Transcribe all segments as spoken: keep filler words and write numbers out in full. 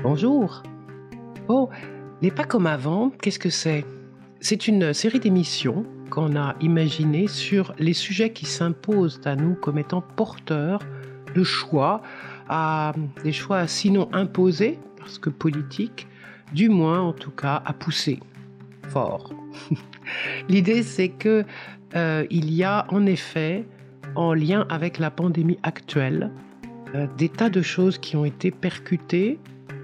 Bonjour. Oh, les Pas comme avant, qu'est-ce que c'est? C'est une série d'émissions qu'on a imaginées sur les sujets qui s'imposent à nous comme étant porteurs de choix, à, des choix sinon imposés, parce que politiques, du moins en tout cas à pousser fort. L'idée c'est que euh, il y a en effet, en lien avec la pandémie actuelle, euh, des tas de choses qui ont été percutées,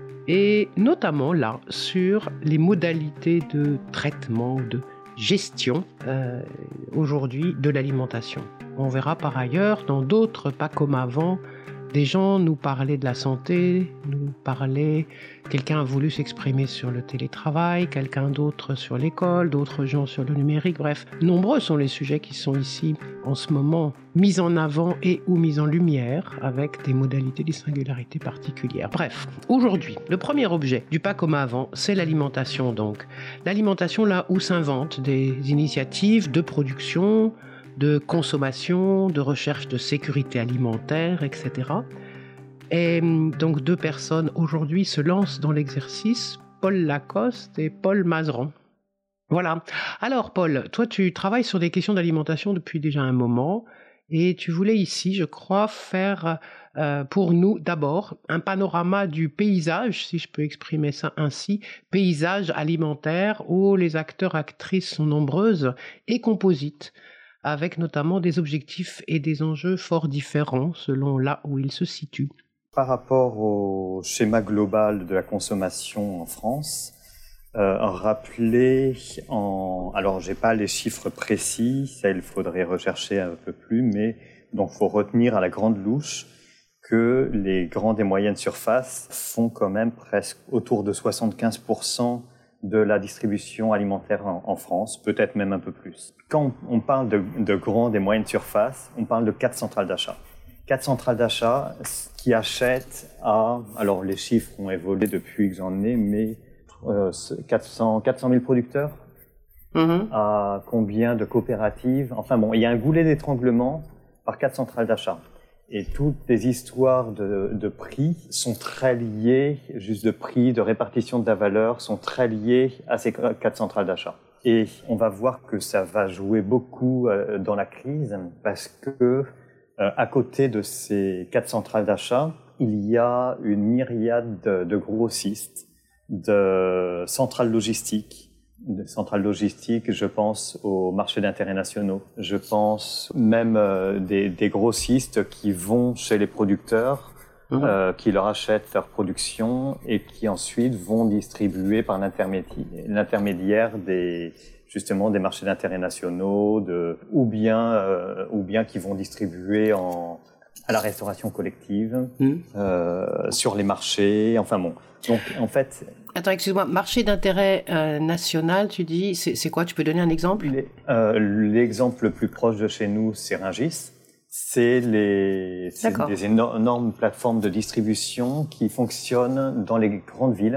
et notamment là sur les modalités de traitement, de gestion euh, aujourd'hui de l'alimentation. On verra par ailleurs dans d'autres Pas comme avant, des gens nous parlaient de la santé, nous parlaient, quelqu'un a voulu s'exprimer sur le télétravail, quelqu'un d'autre sur l'école, d'autres gens sur le numérique, bref, nombreux sont les sujets qui sont ici en ce moment mis en avant et ou mis en lumière avec des modalités, des singularités particulières. Bref, aujourd'hui, le premier objet du Pas comme avant, c'est l'alimentation donc. L'alimentation là où s'inventent des initiatives de production, de consommation, de recherche de sécurité alimentaire, et cetera. Et donc deux personnes aujourd'hui se lancent dans l'exercice, Paul Lacoste et Paul Mazeran. Voilà. Alors Paul, toi tu travailles sur des questions d'alimentation depuis déjà un moment et tu voulais ici, je crois, faire euh, pour nous d'abord un panorama du paysage, si je peux exprimer ça ainsi, paysage alimentaire où les acteurs, actrices sont nombreuses et composites, avec notamment des objectifs et des enjeux fort différents selon là où ils se situent. Par rapport au schéma global de la consommation en France, euh, rappeler en... Alors, j'ai pas les chiffres précis, ça il faudrait rechercher un peu plus, mais donc faut retenir à la grande louche que les grandes et moyennes surfaces font quand même presque autour de soixante-quinze pour cent de la distribution alimentaire en, en France, peut-être même un peu plus. Quand on parle de, de grandes et moyennes surfaces, on parle de quatre centrales d'achat. Quatre centrales d'achat qui achètent à... Alors les chiffres ont évolué depuis que j'en ai, mais euh, quatre cents mille producteurs, mmh. À combien de coopératives? Enfin bon, il y a un goulet d'étranglement par quatre centrales d'achat. Et toutes les histoires de, de prix sont très liées, juste de prix, de répartition de la valeur, sont très liées à ces quatre centrales d'achat. Et on va voir que ça va jouer beaucoup euh, dans la crise parce que euh, à côté de ces quatre centrales d'achat, il y a une myriade de, de grossistes, de centrales logistiques, de centrales logistiques, je pense aux marchés d'intérêt nationaux. Je pense même euh, des, des grossistes qui vont chez les producteurs, mmh. euh, qui leur achètent leur production et qui ensuite vont distribuer par l'intermédiaire des, justement, des marchés d'intérêt nationaux, de, ou bien, euh, ou bien qui vont distribuer en, à la restauration collective, mmh. euh, sur les marchés, enfin bon. Donc, en fait... Attends, excuse-moi, marché d'intérêt euh, national, tu dis, c'est, c'est quoi? Tu peux donner un exemple? Les, euh, L'exemple le plus proche de chez nous, c'est Rungis. C'est, les, c'est des énormes plateformes de distribution qui fonctionnent dans les grandes villes.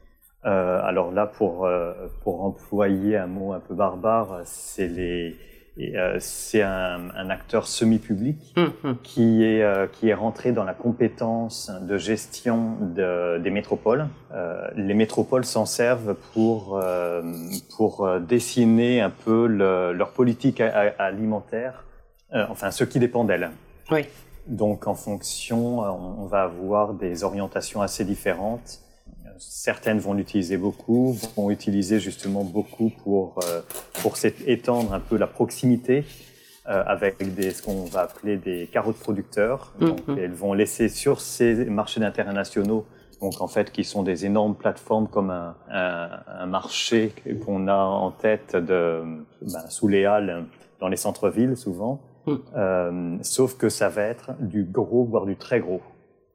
Euh, alors là, pour, euh, pour employer un mot un peu barbare, c'est les... Et, euh, c'est un, un acteur semi-public mmh. qui est euh, qui est rentré dans la compétence de gestion de, des métropoles. Euh, les métropoles s'en servent pour euh, pour dessiner un peu le, leur politique a, a, alimentaire, euh, enfin ce qui dépend d'elles. Oui. Donc en fonction, on, on va avoir des orientations assez différentes. Certaines vont l'utiliser beaucoup, vont utiliser justement beaucoup pour euh, pour étendre un peu la proximité euh, avec des, ce qu'on va appeler des carreaux de producteurs. Mm-hmm. Donc, elles vont laisser sur ces marchés d'intérêt nationaux, donc en fait qui sont des énormes plateformes comme un, un, un marché qu'on a en tête de ben, sous les halles dans les centres-villes souvent, mm. euh, sauf que ça va être du gros voire du très gros.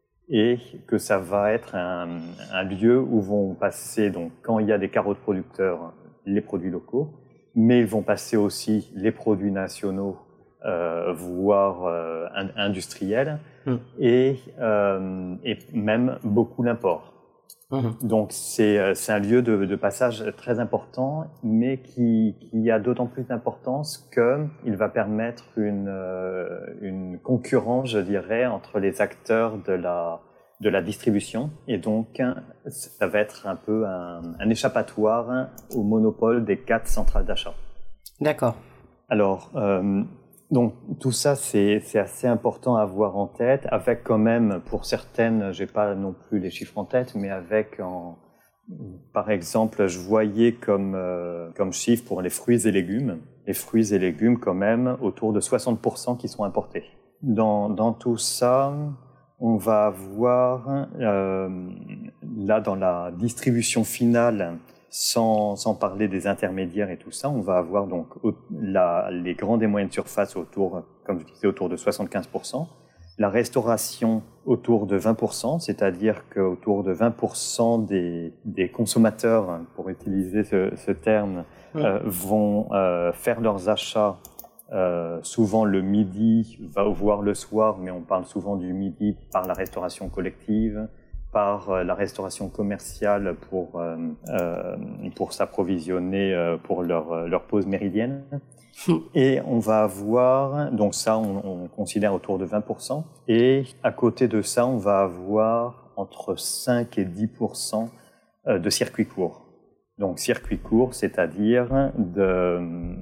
Et que ça va être un, un lieu où vont passer, donc quand il y a des carreaux de producteurs, les produits locaux, mais ils vont passer aussi les produits nationaux, euh, voire euh, industriels, mmh. et, euh, et même beaucoup l'import. Mmh. Donc c'est, c'est un lieu de, de passage très important, mais qui, qui a d'autant plus d'importance qu'il va permettre une, une concurrence, je dirais, entre les acteurs de la, de la distribution. Et donc, ça va être un peu un, un échappatoire au monopole des quatre centrales d'achat. D'accord. Alors, euh, donc tout ça, c'est, c'est assez important à avoir en tête, avec quand même, pour certaines, j'ai pas non plus les chiffres en tête, mais avec, en, par exemple, je voyais comme, euh, comme chiffre pour les fruits et légumes, les fruits et légumes quand même, autour de soixante pour cent qui sont importés. Dans, dans tout ça, on va avoir, euh, là, dans la distribution finale, Sans, sans parler des intermédiaires et tout ça, on va avoir donc la, les grandes et moyennes surfaces autour, comme je disais, autour de soixante-quinze pour cent. La restauration autour de vingt pour cent, c'est-à-dire qu'autour de vingt pour cent des, des consommateurs, pour utiliser ce, ce terme, mmh. euh, vont euh, faire leurs achats euh, souvent le midi, voire le soir, mais on parle souvent du midi par la restauration collective, par la restauration commerciale pour, euh, euh, pour s'approvisionner euh, pour leur, leur pause méridienne. Et on va avoir, donc ça on, on considère autour de vingt pour cent, et à côté de ça on va avoir entre cinq et dix pour cent de circuits courts. Donc circuits courts, c'est-à-dire de,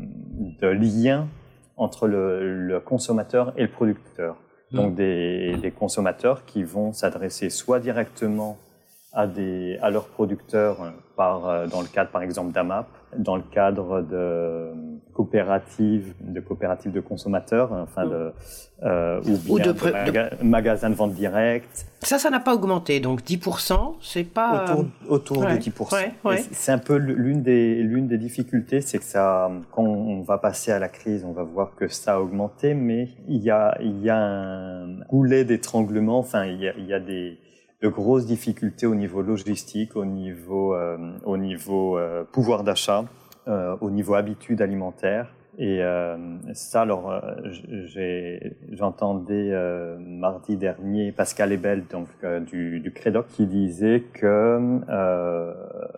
de liens entre le, le consommateur et le producteur. Donc des, des consommateurs qui vont s'adresser soit directement à, des, à leurs producteurs par, dans le cadre par exemple d'A M A P, dans le cadre de coopératives de, coopératives de consommateurs, enfin de, euh, ou bien ou de, de, maga, de magasins de vente directe. Ça, ça n'a pas augmenté, donc dix pour cent, c'est pas... Autour, autour ouais, de dix pour cent. Ouais, ouais. C'est un peu l'une des, l'une des difficultés, c'est que ça, quand on va passer à la crise, on va voir que ça a augmenté, mais il y a, il y a un goulet d'étranglement, enfin il y a, il y a des... de grosses difficultés au niveau logistique, au niveau, euh, au niveau euh, pouvoir d'achat, euh, au niveau habitudes alimentaires. Et euh, ça, alors, euh, j'ai, j'entendais euh, mardi dernier Pascal Ebel, donc euh, du, du Crédoc, qui disait que, euh,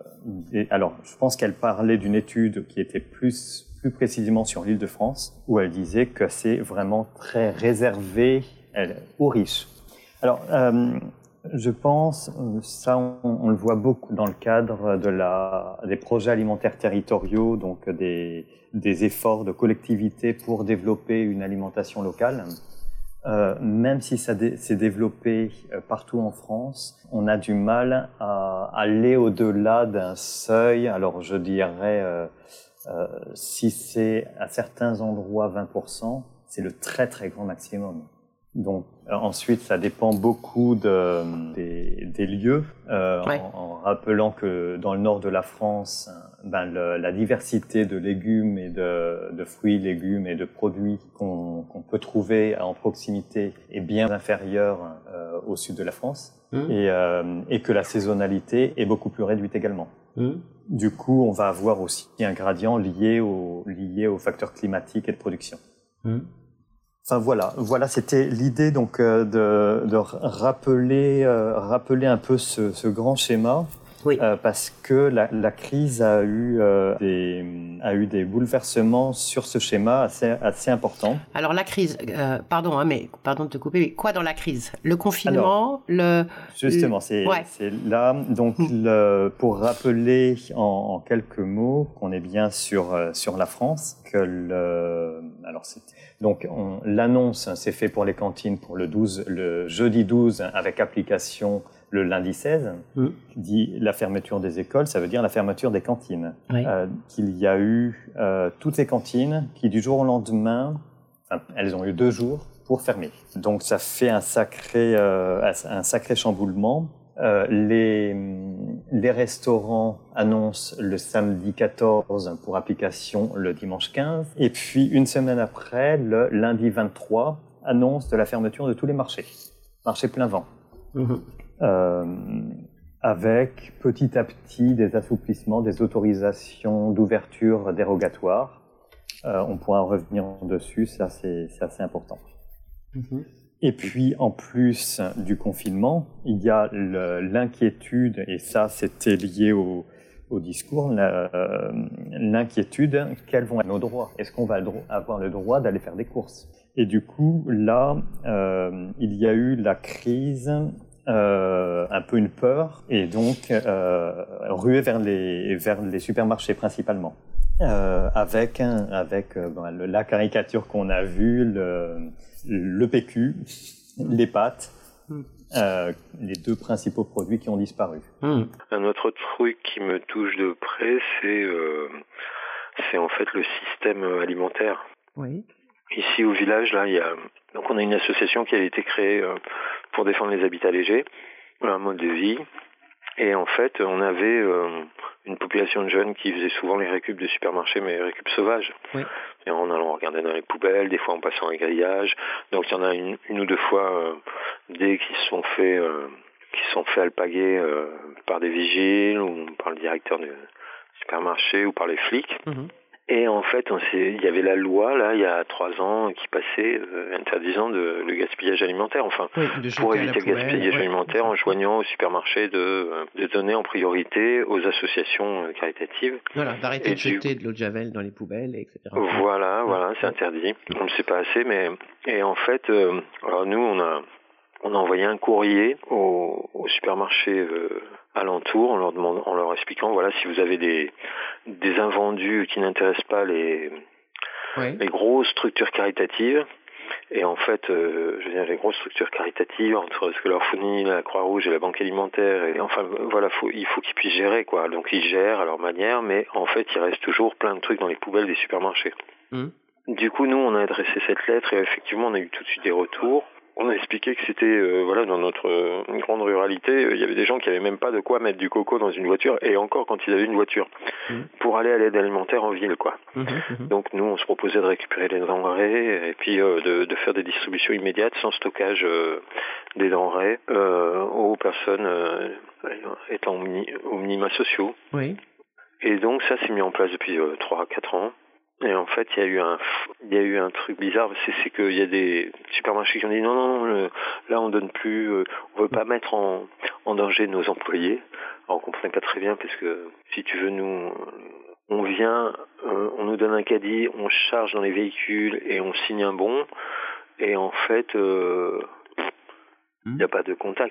et, alors, je pense qu'elle parlait d'une étude qui était plus plus précisément sur l'Île-de-France, où elle disait que c'est vraiment très réservé elle, aux riches. Alors. Euh, Je pense, ça on, on le voit beaucoup dans le cadre de la, des projets alimentaires territoriaux, donc des, des efforts de collectivité pour développer une alimentation locale. Euh, même si ça dé, s'est développé partout en France, on a du mal à aller au-delà d'un seuil. Alors je dirais, euh, euh, si c'est à certains endroits vingt pour cent, c'est le très très grand maximum. Donc euh, ensuite, ça dépend beaucoup de, des, des lieux, euh, ouais. en, en rappelant que dans le nord de la France, ben, le, la diversité de légumes et de, de fruits, légumes et de produits qu'on, qu'on peut trouver en proximité est bien inférieure euh, au sud de la France, mmh. et, euh, et que la saisonnalité est beaucoup plus réduite également. Mmh. Du coup, on va avoir aussi un gradient lié, au, lié aux facteurs climatiques et de production. Mmh. Enfin voilà, voilà, c'était l'idée donc euh, de, de rappeler, euh, rappeler un peu ce, ce grand schéma, oui. euh, parce que la, la crise a eu euh, des, a eu des bouleversements sur ce schéma assez, assez importants. Alors la crise, euh, pardon, hein, mais pardon de te couper, mais quoi dans la crise ? Le confinement, Alors, le justement, c'est, ouais. c'est là donc mmh. le, pour rappeler en, en quelques mots qu'on est bien sur sur la France, que le, alors c'était Donc, on, l'annonce s'est fait pour les cantines pour le douze, le jeudi douze, avec application le lundi seize. Mmh. Dit la fermeture des écoles, ça veut dire la fermeture des cantines. Oui. Euh, qu'il y a eu euh, toutes les cantines qui, du jour au lendemain, enfin, elles ont eu deux jours pour fermer. Donc, ça fait un sacré, euh, un sacré chamboulement. Euh, les, les restaurants annoncent le samedi quatorze pour application le dimanche quinze. Et puis, une semaine après, le lundi vingt-trois, annonce de la fermeture de tous les marchés. Marchés plein vent. Mmh. Euh, avec petit à petit des assouplissements, des autorisations d'ouverture dérogatoires. Euh, on pourra revenir dessus, ça c'est, c'est assez important. Mmh. Et puis, en plus du confinement, il y a le, l'inquiétude, et ça, c'était lié au, au discours, la, euh, l'inquiétude, quels vont être nos droits ? Est-ce qu'on va avoir le droit d'aller faire des courses ? Et du coup, là, euh, il y a eu la crise euh, un peu une peur, et donc euh, ruer vers les, vers les supermarchés principalement. Euh, avec un, avec euh, bon, le, la caricature qu'on a vue, le, le P Q, les pâtes, mm. euh, les deux principaux produits qui ont disparu. Mm. Un autre truc qui me touche de près, c'est euh, c'est en fait le système alimentaire. Oui. Ici au village, là, il y a donc on a une association qui a été créée euh, pour défendre les habitats légers, un mode de vie. Et en fait, on avait euh, une population de jeunes qui faisaient souvent les récup de supermarchés, mais les récup sauvages. Oui. Et en allant regarder dans les poubelles, des fois en passant les grillages. Donc il y en a une, une ou deux fois euh, des qui se sont fait, euh, qui se sont fait alpaguer euh, par des vigiles ou par le directeur du supermarché ou par les flics. Mmh. Et en fait, on s'est, il y avait la loi, là, il y a trois ans, qui passait, euh, interdisant de, le gaspillage alimentaire. Enfin, oui, pour éviter le gaspillage ouais, alimentaire, en joignant au supermarché de, de donner en priorité aux associations caritatives. Voilà, d'arrêter et de jeter du... de l'eau de Javel dans les poubelles, et cetera. Voilà, voilà, c'est interdit. On ne sait pas assez, mais, et en fait, euh, alors nous, on a, on a envoyé un courrier au, au supermarché euh, alentour en leur demandant, en leur expliquant, voilà, si vous avez des, des invendus qui n'intéressent pas les, oui. les grosses structures caritatives. Et en fait, euh, je veux dire, les grosses structures caritatives, entre ce que leur fournit la Croix-Rouge et la Banque alimentaire, et enfin, voilà, faut, il faut qu'ils puissent gérer, quoi. Donc, ils gèrent à leur manière, mais en fait, il reste toujours plein de trucs dans les poubelles des supermarchés. Mmh. Du coup, nous, on a adressé cette lettre et effectivement, on a eu tout de suite des retours. On a expliqué que c'était, euh, voilà, dans notre euh, grande ruralité, euh, il y avait des gens qui avaient même pas de quoi mettre du coco dans une voiture, et encore quand ils avaient une voiture, mmh. pour aller à l'aide alimentaire en ville, quoi. Mmh, mmh. Donc nous, on se proposait de récupérer les denrées, et puis euh, de, de faire des distributions immédiates, sans stockage euh, des denrées, euh, aux personnes euh, étant aux, mini, aux minima sociaux. Oui. Et donc ça s'est mis en place depuis euh, trois à quatre ans. Et en fait, il y a eu un, il y a eu un truc bizarre, c'est, c'est qu'il y a des supermarchés qui ont dit non, non, non, le, là on donne plus, euh, on veut pas mettre en, en danger nos employés. Alors on comprenait pas très bien parce que si tu veux, nous, on vient, euh, on nous donne un caddie, on charge dans les véhicules et on signe un bon. Et en fait, euh, il n'y a pas de contact,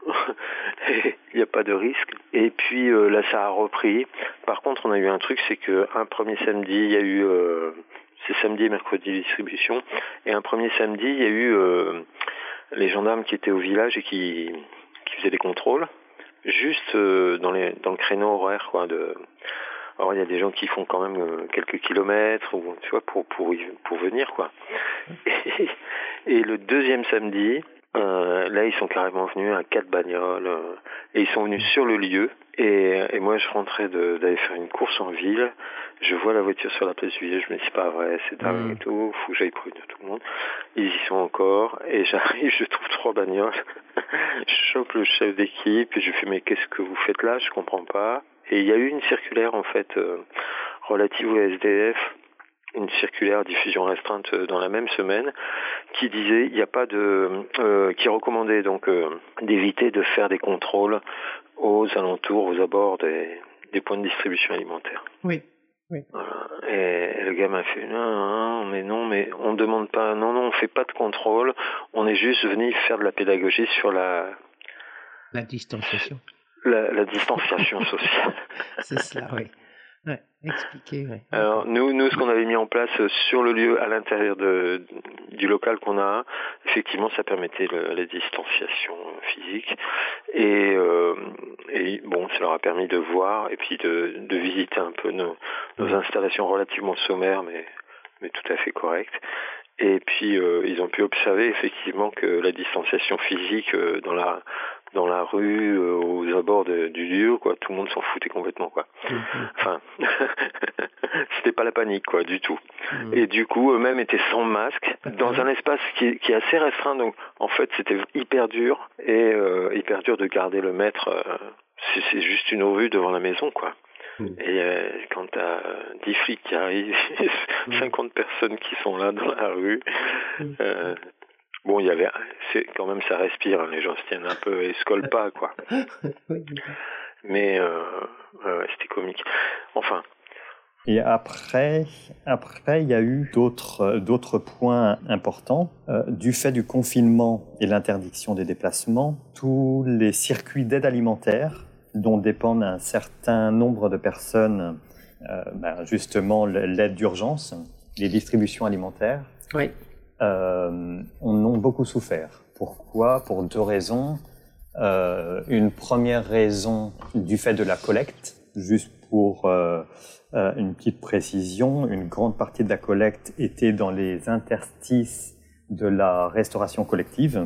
il n'y a pas de risque. Et puis euh, là, ça a repris. Par contre, on a eu un truc, c'est qu'un premier samedi, il y a eu, euh, c'est samedi et mercredi distribution, et un premier samedi, il y a eu euh, les gendarmes qui étaient au village et qui, qui faisaient des contrôles, juste euh, dans, les, dans le créneau horaire, quoi, de... Alors il y a des gens qui font quand même euh, quelques kilomètres, ou, tu vois, pour, pour, pour venir, quoi. Et, et le deuxième samedi, Euh, là, ils sont carrément venus à quatre bagnoles euh, et ils sont venus sur le lieu. Et, et moi, je rentrais de, d'aller faire une course en ville. Je vois la voiture sur la place du village. Je me dis, c'est pas vrai, c'est dingue mmh. et tout. Faut que j'aille prévenir tout le monde. Ils y sont encore. Et j'arrive, je trouve trois bagnoles. Je chope le chef d'équipe et je fais, mais qu'est-ce que vous faites là? Je comprends pas. Et il y a eu une circulaire, en fait, euh, relative au S D F. Une circulaire diffusion restreinte dans la même semaine qui disait il n'y a pas de euh, qui recommandait donc euh, d'éviter de faire des contrôles aux alentours, aux abords des, des points de distribution alimentaire. Oui. Oui. Voilà. Et le gars m'a fait non, non, mais non, mais on ne demande pas, non, non, on fait pas de contrôle, on est juste venu faire de la pédagogie sur la la distanciation. La, la distanciation sociale. C'est cela, oui. Ouais, expliquer, ouais. Alors nous, nous, ce qu'on avait mis en place sur le lieu, à l'intérieur de, du local qu'on a, effectivement, ça permettait le, la distanciation physique et, euh, et bon, ça leur a permis de voir et puis de, de visiter un peu nos, nos installations relativement sommaires, mais mais tout à fait correctes. Et puis euh, ils ont pu observer effectivement que la distanciation physique euh, dans la dans la rue, euh, aux abords de, du lieu, quoi, tout le monde s'en foutait complètement, quoi. Mmh. Enfin, c'était pas la panique, quoi, du tout. Mmh. Et du coup, eux-mêmes étaient sans masque, dans un espace qui, qui est assez restreint, donc en fait, c'était hyper dur, et euh, hyper dur de garder le mètre, euh, c'est, c'est juste une revue devant la maison, quoi. Mmh. Et euh, quand t'as dix flics qui arrivent, mmh. cinquante personnes qui sont là dans la rue, mmh. euh, bon, il y avait, c'est quand même ça respire, hein, les gens se tiennent un peu et se collent pas, quoi. Mais euh, ouais, c'était comique. Enfin. Et après, après, il y a eu d'autres, d'autres points importants. Euh, du fait du confinement et l'interdiction des déplacements, tous les circuits d'aide alimentaire dont dépendent un certain nombre de personnes, euh, ben justement l'aide d'urgence, les distributions alimentaires, oui. euh, en ont beaucoup souffert. Pourquoi ? Pour deux raisons. Euh, une première raison du fait de la collecte, juste pour euh, euh, une petite précision, une grande partie de la collecte était dans les interstices de la restauration collective.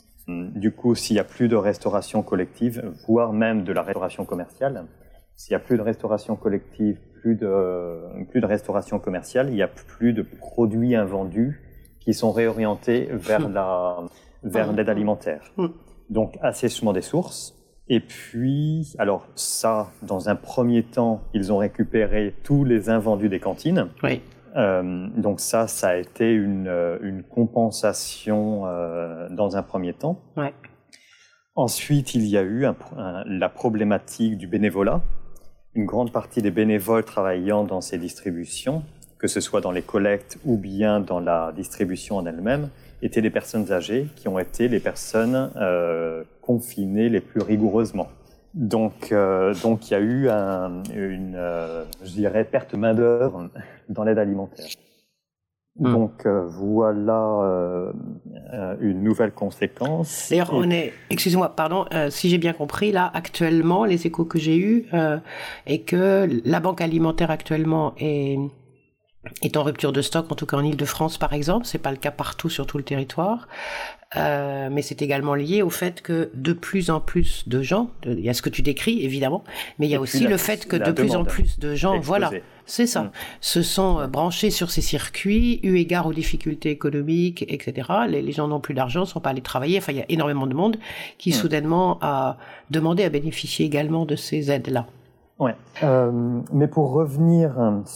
Du coup, s'il n'y a plus de restauration collective, voire même de la restauration commerciale, s'il n'y a plus de restauration collective, plus de, plus de restauration commerciale, il n'y a plus de produits invendus qui sont réorientés vers la, vers l'aide alimentaire. Donc, assèchement des sources. Et puis, alors ça, dans un premier temps, ils ont récupéré tous les invendus des cantines. Oui. Euh, donc ça, ça a été une, une compensation euh, dans un premier temps. Ouais. Ensuite, il y a eu un, un, la problématique du bénévolat. Une grande partie des bénévoles travaillant dans ces distributions, que ce soit dans les collectes ou bien dans la distribution en elle-même, étaient des personnes âgées qui ont été les personnes euh, confinées les plus rigoureusement. Donc, euh, donc il y a eu un, une, euh, je dirais, perte de main-d'œuvre dans l'aide alimentaire. Mmh. Donc euh, voilà euh, une nouvelle conséquence. D'ailleurs, on est, excusez-moi, pardon, euh, si j'ai bien compris, là, actuellement, les échos que j'ai eus, euh, est que la banque alimentaire actuellement est est en rupture de stock, en tout cas en Île-de-France par exemple. C'est pas le cas partout sur tout le territoire, euh, mais c'est également lié au fait que de plus en plus de gens, de, il y a ce que tu décris évidemment, mais il y a aussi la, le fait que de plus en plus de gens, explosé. Voilà, c'est ça, mmh. se sont euh, branchés sur ces circuits, eu égard aux difficultés économiques, et cetera. Les, les gens n'ont plus d'argent, sont pas allés travailler. Enfin, il y a énormément de monde qui mmh. soudainement a demandé à bénéficier également de ces aides-là. Ouais. Euh, mais pour revenir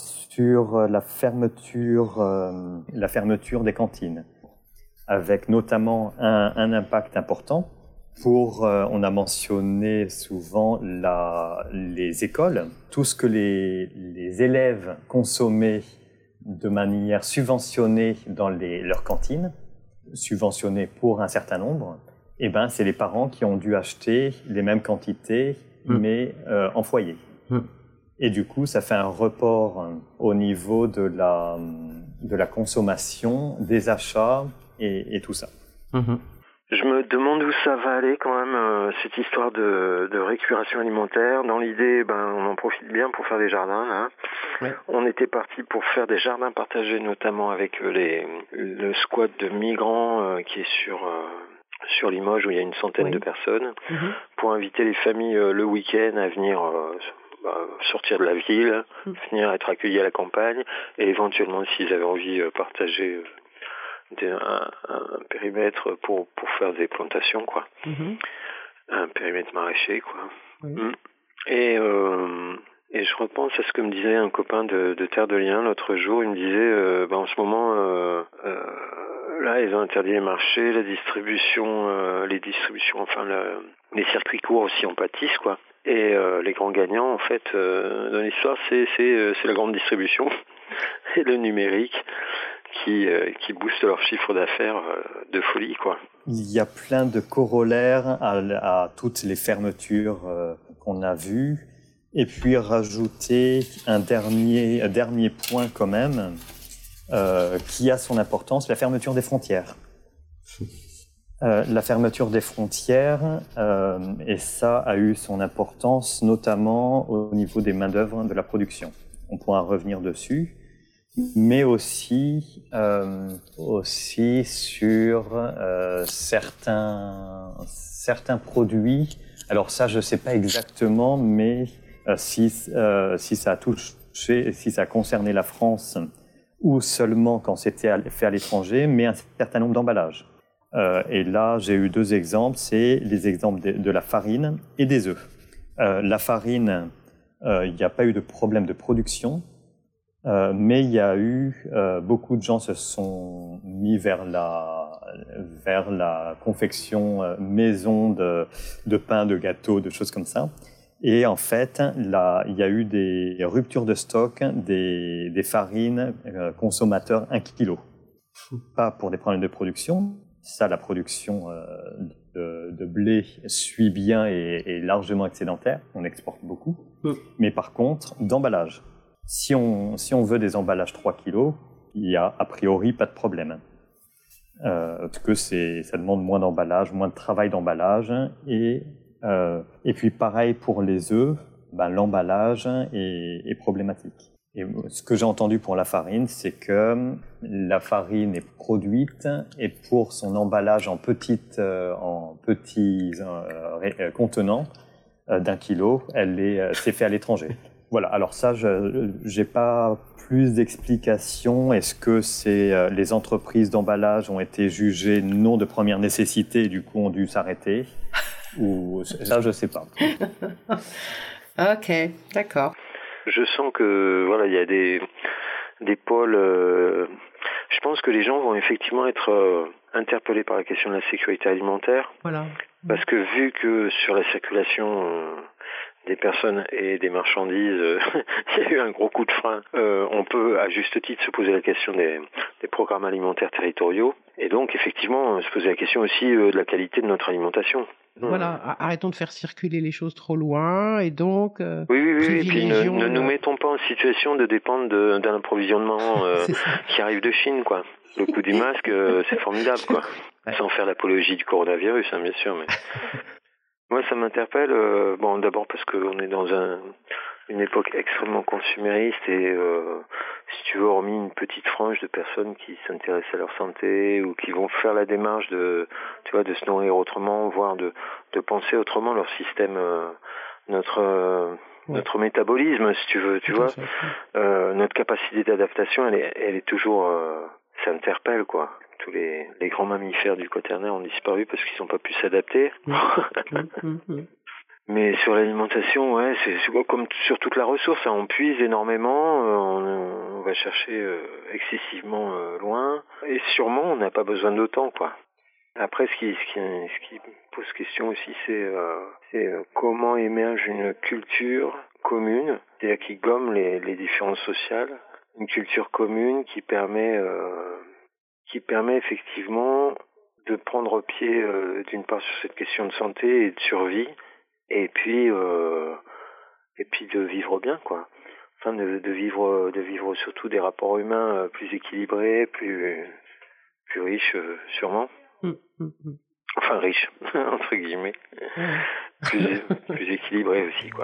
sur la fermeture, euh, la fermeture des cantines, avec notamment un, un impact important. Pour, euh, on a mentionné souvent la, les écoles, tout ce que les, les élèves consommaient de manière subventionnée dans les, leurs cantines, subventionnée pour un certain nombre. Et ben, c'est les parents qui ont dû acheter les mêmes quantités, mmh. mais euh, en foyer. Mmh. Et du coup, ça fait un report au niveau de la, de la consommation, des achats et, et tout ça. Mmh. Je me demande où ça va aller quand même, euh, cette histoire de, de récupération alimentaire. Dans l'idée, ben, on en profite bien pour faire des jardins. Hein. Ouais. On était parti pour faire des jardins partagés, notamment avec les, le squat de migrants euh, qui est sur... Euh, sur Limoges où il y a une centaine oui. de personnes, mmh. pour inviter les familles euh, le week-end à venir euh, bah, sortir de la ville, mmh. venir être accueillis à la campagne, et éventuellement s'ils avaient envie de euh, partager euh, des, un, un périmètre pour, pour faire des plantations, quoi. Mmh. Un périmètre maraîcher, quoi. Oui. Mmh. Et, euh, et je repense à ce que me disait un copain de, de Terre de Liens l'autre jour. Il me disait, euh, bah, en ce moment, euh, euh, là, ils ont interdit les marchés, la distribution, euh, les distributions, enfin, le, les circuits courts aussi en pâtissent, quoi. Et euh, les grands gagnants, en fait, euh, dans l'histoire, c'est, c'est, c'est la grande distribution et le numérique qui, euh, qui booste leur chiffre d'affaires euh, de folie, quoi. Il y a plein de corollaires à, à toutes les fermetures euh, qu'on a vues. Et puis rajouter un dernier, un dernier point quand même, euh, qui a son importance, la fermeture des frontières. Euh, la fermeture des frontières, euh, et ça a eu son importance notamment au niveau des main-d'œuvre de la production. On pourra revenir dessus, mais aussi, euh, aussi sur euh, certains, certains produits. Alors ça, je ne sais pas exactement, mais euh, si, euh, si ça a touché, si ça a concerné la France, ou seulement quand c'était fait à l'étranger, mais un certain nombre d'emballages. Euh, et là, j'ai eu deux exemples, c'est les exemples de, de la farine et des œufs. Euh, la farine, euh, il n'y a pas eu de problème de production, euh, mais il y a eu, euh, beaucoup de gens se sont mis vers la, vers la confection euh, maison de, de pain, de gâteaux, de choses comme ça. Et en fait, là, il y a eu des ruptures de stock des, des farines euh, consommateurs un kilo. Pas pour des problèmes de production. Ça, la production euh, de, de blé suit bien et est largement excédentaire. On exporte beaucoup. Mm. Mais par contre, d'emballage. Si on, si on veut des emballages trois kilos, il n'y a a priori pas de problème. Euh, parce que c'est, ça demande moins d'emballage, moins de travail d'emballage. Et, euh, et puis pareil pour les œufs, ben, l'emballage est, est problématique. Et ce que j'ai entendu pour la farine, c'est que la farine est produite et pour son emballage en, petite, euh, en petits euh, contenants euh, d'un kilo, elle est, euh, c'est fait à l'étranger. Voilà, alors ça, je n'ai pas plus d'explications. Est-ce que c'est, euh, les entreprises d'emballage ont été jugées non de première nécessité et du coup ont dû s'arrêter? Ou ça, je ne sais pas. Ok, d'accord. Je sens que voilà, il y a des des pôles. Euh, je pense que les gens vont effectivement être euh, interpellés par la question de la sécurité alimentaire. Voilà. Parce que vu que sur la circulation euh, des personnes et des marchandises, euh, il y a eu un gros coup de frein. Euh, on peut à juste titre se poser la question des, des programmes alimentaires territoriaux et donc effectivement se poser la question aussi euh, de la qualité de notre alimentation. Voilà, arrêtons de faire circuler les choses trop loin et donc euh, oui, oui, oui, privilégions... Et puis ne, ne nous mettons pas en situation de dépendre de, d'un approvisionnement euh, qui arrive de Chine, quoi. Le coût du masque, euh, c'est formidable, quoi. Ouais. Sans faire l'apologie du coronavirus, hein, bien sûr, mais... Moi, ça m'interpelle, euh, bon, d'abord parce qu'on est dans un, une époque extrêmement consumériste et, euh, si tu veux, hormis une petite frange de personnes qui s'intéressent à leur santé ou qui vont faire la démarche de, tu vois, de se nourrir autrement, voire de, de penser autrement leur système, euh, notre, euh, ouais. notre métabolisme, si tu veux, tu Tout vois, euh, notre capacité d'adaptation, elle est, elle est toujours, euh, ça interpelle, quoi. Tous les, les grands mammifères du quaternaire ont disparu parce qu'ils n'ont pas pu s'adapter. Mmh. mmh, mmh. Mais sur l'alimentation, ouais, c'est, c'est comme sur toute la ressource, hein, on puise énormément, euh, on, on va chercher euh, excessivement euh, loin, et sûrement on n'a pas besoin d'autant, quoi. Après, ce qui, ce qui, ce qui pose question aussi, c'est, euh, c'est euh, comment émerge une culture commune, c'est-à-dire qui gomme les, les différences sociales, une culture commune qui permet... Euh, qui permet effectivement de prendre pied euh, d'une part sur cette question de santé et de survie, et puis euh, et puis de vivre bien, quoi. Enfin, de, de vivre de vivre surtout des rapports humains plus équilibrés, plus plus riches, euh, sûrement. Mmh, mmh, mmh. Enfin riches entre guillemets, plus plus équilibrés aussi, quoi.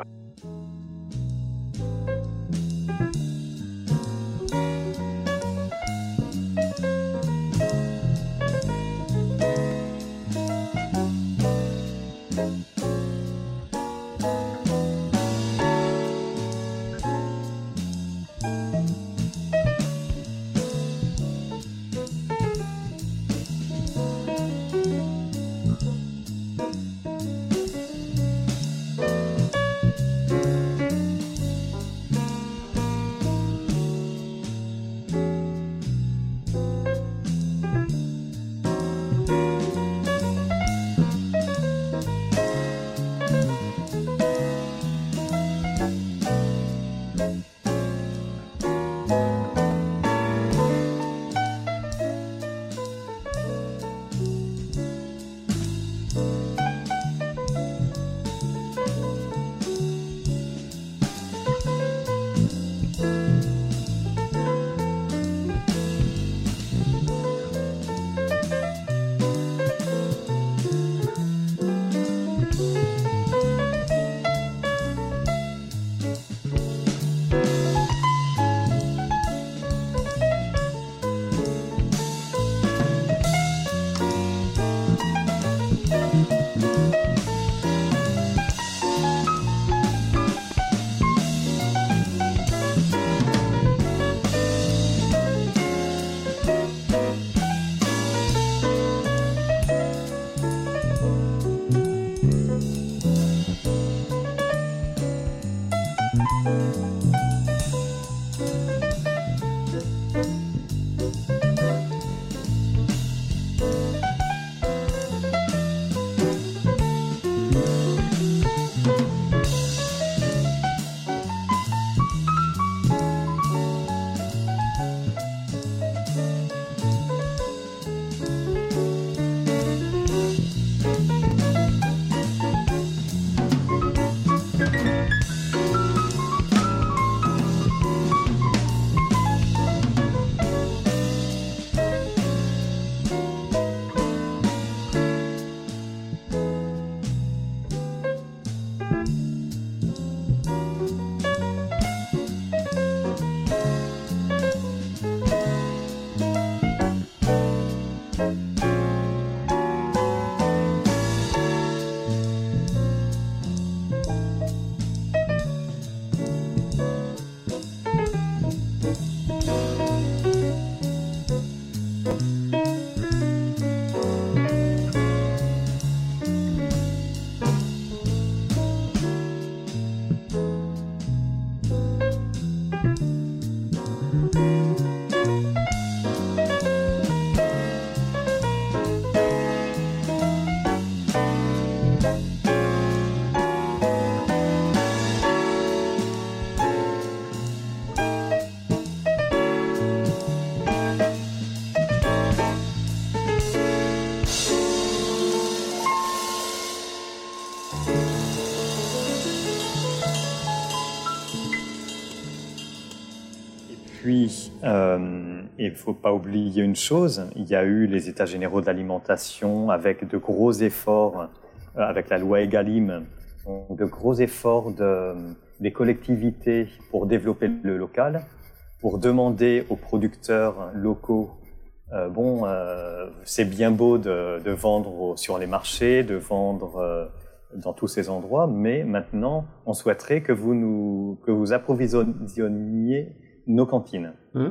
puis, euh, il ne faut pas oublier une chose, il y a eu les États généraux de l'alimentation avec de gros efforts, euh, avec la loi Egalim, de gros efforts de, des collectivités pour développer le local, pour demander aux producteurs locaux, euh, bon, euh, c'est bien beau de, de vendre sur les marchés, de vendre euh, dans tous ces endroits, mais maintenant, on souhaiterait que vous nous, que vous approvisionniez nos cantines. Mmh.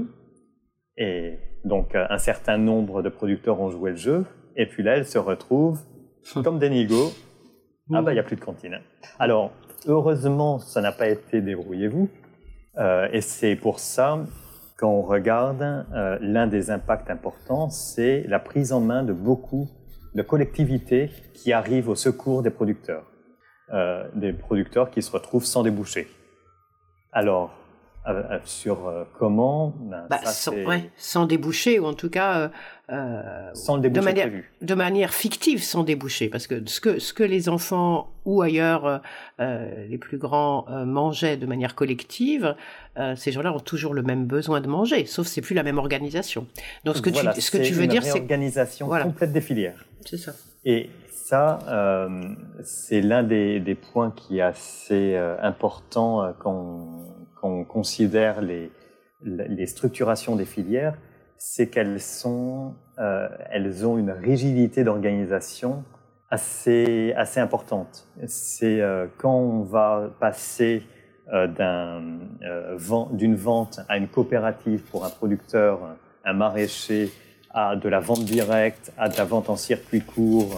Et donc, un certain nombre de producteurs ont joué le jeu, et puis là, elles se retrouvent comme des nigauds. Ah bah, il n'y a plus de cantine. Alors, heureusement, ça n'a pas été débrouillez-vous. Euh, et c'est pour ça, quand on regarde, euh, l'un des impacts importants, c'est la prise en main de beaucoup de collectivités qui arrivent au secours des producteurs. Euh, des producteurs qui se retrouvent sans débouchés. Alors, Euh, sur euh, comment ben, bah, ça, sans, ouais, sans déboucher, ou en tout cas euh, sans le de, manière, de manière fictive, sans déboucher, parce que ce que, ce que les enfants ou ailleurs euh, les plus grands euh, mangeaient de manière collective, euh, ces gens-là ont toujours le même besoin de manger, sauf que c'est plus la même organisation. Donc ce que voilà, tu, ce que tu veux dire, c'est une organisation voilà. complète des filières. C'est ça. Et ça, euh, c'est l'un des, des points qui est assez euh, important euh, quand on considère les, les structurations des filières, c'est qu'elles sont, euh, elles ont une rigidité d'organisation assez, assez importante. C'est euh, quand on va passer euh, d'un, euh, vent, d'une vente à une coopérative pour un producteur, un maraîcher, à de la vente directe, à de la vente en circuit court,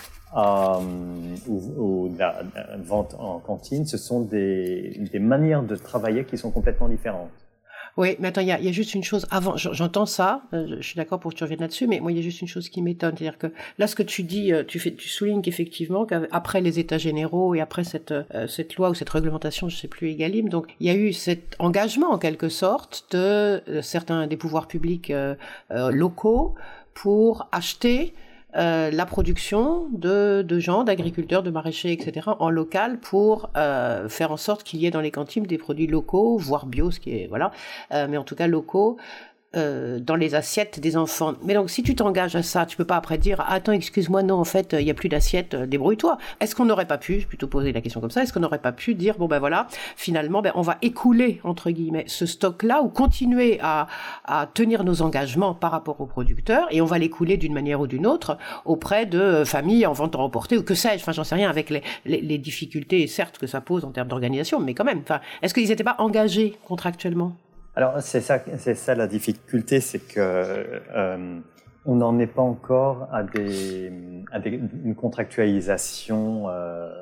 à, ou, ou de la, de la vente en cantine, ce sont des, des manières de travailler qui sont complètement différentes. Oui, mais attends, il y a, y a juste une chose avant. J'entends ça, je suis d'accord pour que tu reviennes là-dessus, mais moi, il y a juste une chose qui m'étonne, c'est-à-dire que là, ce que tu dis, tu fais, tu soulignes qu'effectivement, qu'après les États généraux et après cette euh, cette loi ou cette réglementation, je sais plus, Egalim, donc il y a eu cet engagement en quelque sorte de euh, certains des pouvoirs publics euh, euh, locaux pour acheter Euh, la production de, de gens, d'agriculteurs, de maraîchers, et cetera, en local pour euh, faire en sorte qu'il y ait dans les cantines des produits locaux, voire bio, ce qui est voilà, euh, mais en tout cas locaux. Euh, dans les assiettes des enfants. Mais donc, si tu t'engages à ça, tu peux pas après dire ah, « Attends, excuse-moi, non, en fait, il y a plus d'assiettes, euh, débrouille-toi ». Est-ce qu'on n'aurait pas pu, je vais plutôt poser la question comme ça, est-ce qu'on n'aurait pas pu dire « Bon, ben voilà, finalement, ben, on va écouler, entre guillemets, ce stock-là ou continuer à, à tenir nos engagements par rapport aux producteurs et on va l'écouler d'une manière ou d'une autre auprès de familles en vente remportée ou que sais-je, enfin, j'en sais rien, avec les, les, les difficultés, certes, que ça pose en termes d'organisation, mais quand même, enfin, est-ce qu'ils n'étaient pas engagés contractuellement ?» Alors, c'est ça, c'est ça la difficulté, c'est que euh, on n'en est pas encore à, des, à des, une contractualisation euh,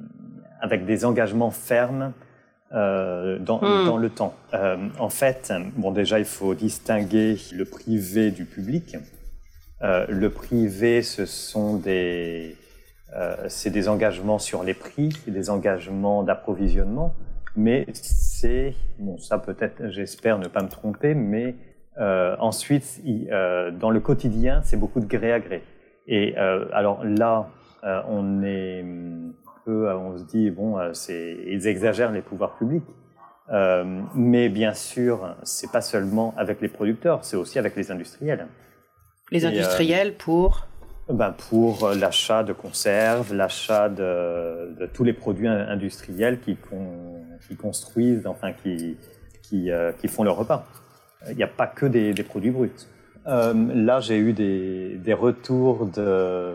avec des engagements fermes euh, dans, mmh. dans le temps. Euh, en fait, bon, déjà, il faut distinguer le privé du public. Euh, le privé, ce sont des, euh, c'est des engagements sur les prix, des engagements d'approvisionnement. Mais c'est, bon, ça peut-être, j'espère ne pas me tromper, mais euh, ensuite, il, euh, dans le quotidien, c'est beaucoup de gré à gré. Et euh, alors là, euh, on est un peu, on se dit, bon, c'est, ils exagèrent les pouvoirs publics. Euh, mais bien sûr, c'est pas seulement avec les producteurs, c'est aussi avec les industriels. Les industriels euh, pour Ben pour l'achat de conserves, l'achat de, de tous les produits industriels qui, con, qui construisent, enfin qui, qui, euh, qui font leur repas. Il n'y a pas que des, des produits bruts. Euh, là, j'ai eu des, des retours de, euh,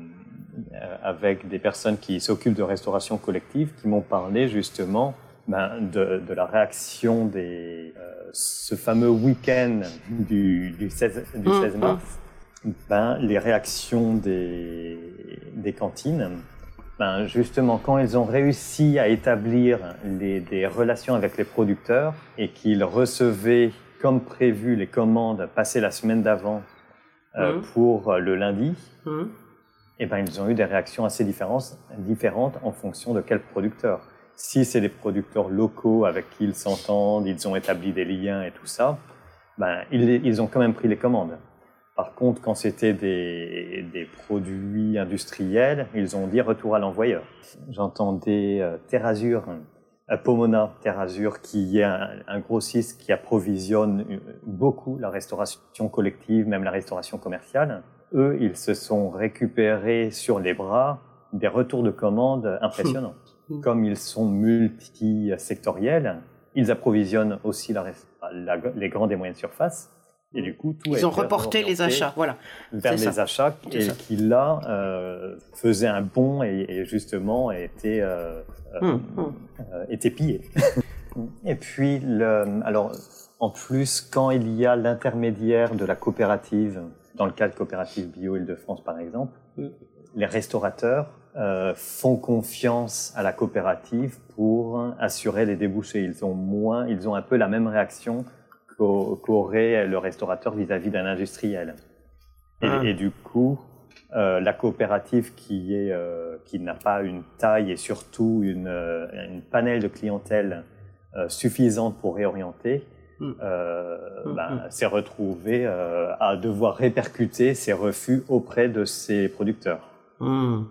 avec des personnes qui s'occupent de restauration collective qui m'ont parlé justement ben, de, de la réaction des euh, ce fameux week-end du, du seize, du seize mars. Ben, les réactions des, des cantines, ben, justement, quand ils ont réussi à établir les, des relations avec les producteurs et qu'ils recevaient, comme prévu, les commandes passées la semaine d'avant euh, mmh. pour le lundi, mmh. et ben, ils ont eu des réactions assez différentes, différentes en fonction de quel producteur. Si c'est des producteurs locaux avec qui ils s'entendent, ils ont établi des liens et tout ça, ben, ils, ils ont quand même pris les commandes. Par contre, quand c'était des, des produits industriels, ils ont dit retour à l'envoyeur. J'entendais euh, TerrAsure Pomona Terre Azur, qui est un, un grossiste qui approvisionne beaucoup la restauration collective, même la restauration commerciale. Eux, ils se sont récupérés sur les bras des retours de commandes impressionnants. Mmh. Comme ils sont multisectoriels, ils approvisionnent aussi la, la, les grandes et moyennes surfaces. Et du coup, tout ils ont reporté les achats, voilà. Vers les ça. achats, C'est et ça. qui là euh, faisait un bond et, et justement était euh, mmh. euh, euh, était pillé. Et puis, le, alors en plus, quand il y a l'intermédiaire de la coopérative, dans le cas de Coopérative Bio Île-de-France par exemple, mmh. les restaurateurs euh, font confiance à la coopérative pour assurer les débouchés. Ils ont moins, ils ont un peu la même réaction qu'aurait le restaurateur vis-à-vis d'un industriel. Et, ah. et du coup, euh, la coopérative qui est euh, qui n'a pas une taille et surtout une euh, une panel de clientèle euh, suffisante pour réorienter, mm. euh, mm. ben, s'est retrouvée euh, à devoir répercuter ses refus auprès de ses producteurs. Mm.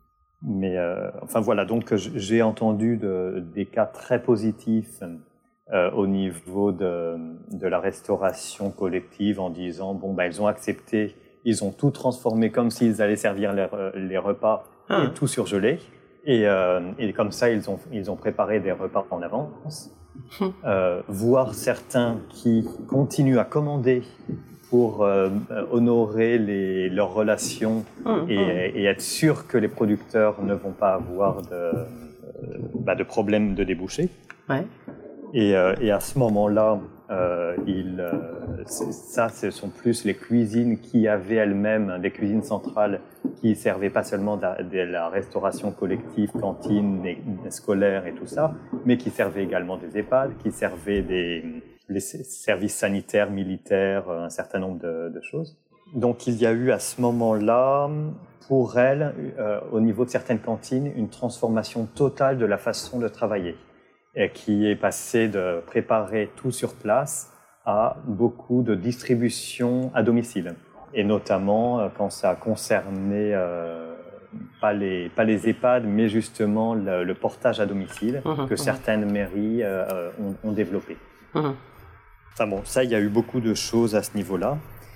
Mais euh, enfin voilà, donc j'ai entendu de, des cas très positifs euh, au niveau de, de la restauration collective en disant bon ben ils ont accepté, ils ont tout transformé comme s'ils allaient servir les, les repas ah. et tout surgelé et, euh, et comme ça ils ont ils ont préparé des repas en avance. Euh, voir certains qui continuent à commander pour euh, honorer les, leurs relations mmh, et, mmh. et être sûr que les producteurs ne vont pas avoir de, euh, bah, de problèmes de débouchés. Ouais. Et, euh, et à ce moment-là, euh, il, euh, ça, ce sont plus les cuisines qui avaient elles-mêmes des cuisines centrales qui servaient pas seulement de la, de la restauration collective, cantine, et, scolaire et tout ça, mais qui servaient également des EHPAD, qui servaient des les services sanitaires, militaires, un certain nombre de, de choses. Donc il y a eu à ce moment-là, pour elles, euh, au niveau de certaines cantines, une transformation totale de la façon de travailler, et qui est passée de préparer tout sur place à beaucoup de distribution à domicile. Et notamment euh, quand ça concernait euh, pas les pas les EHPAD, mais justement le, le portage à domicile mmh, que mmh. certaines mairies euh, ont, ont développé. Mmh. Enfin bon, ça, il y a eu beaucoup de choses à ce niveau-là.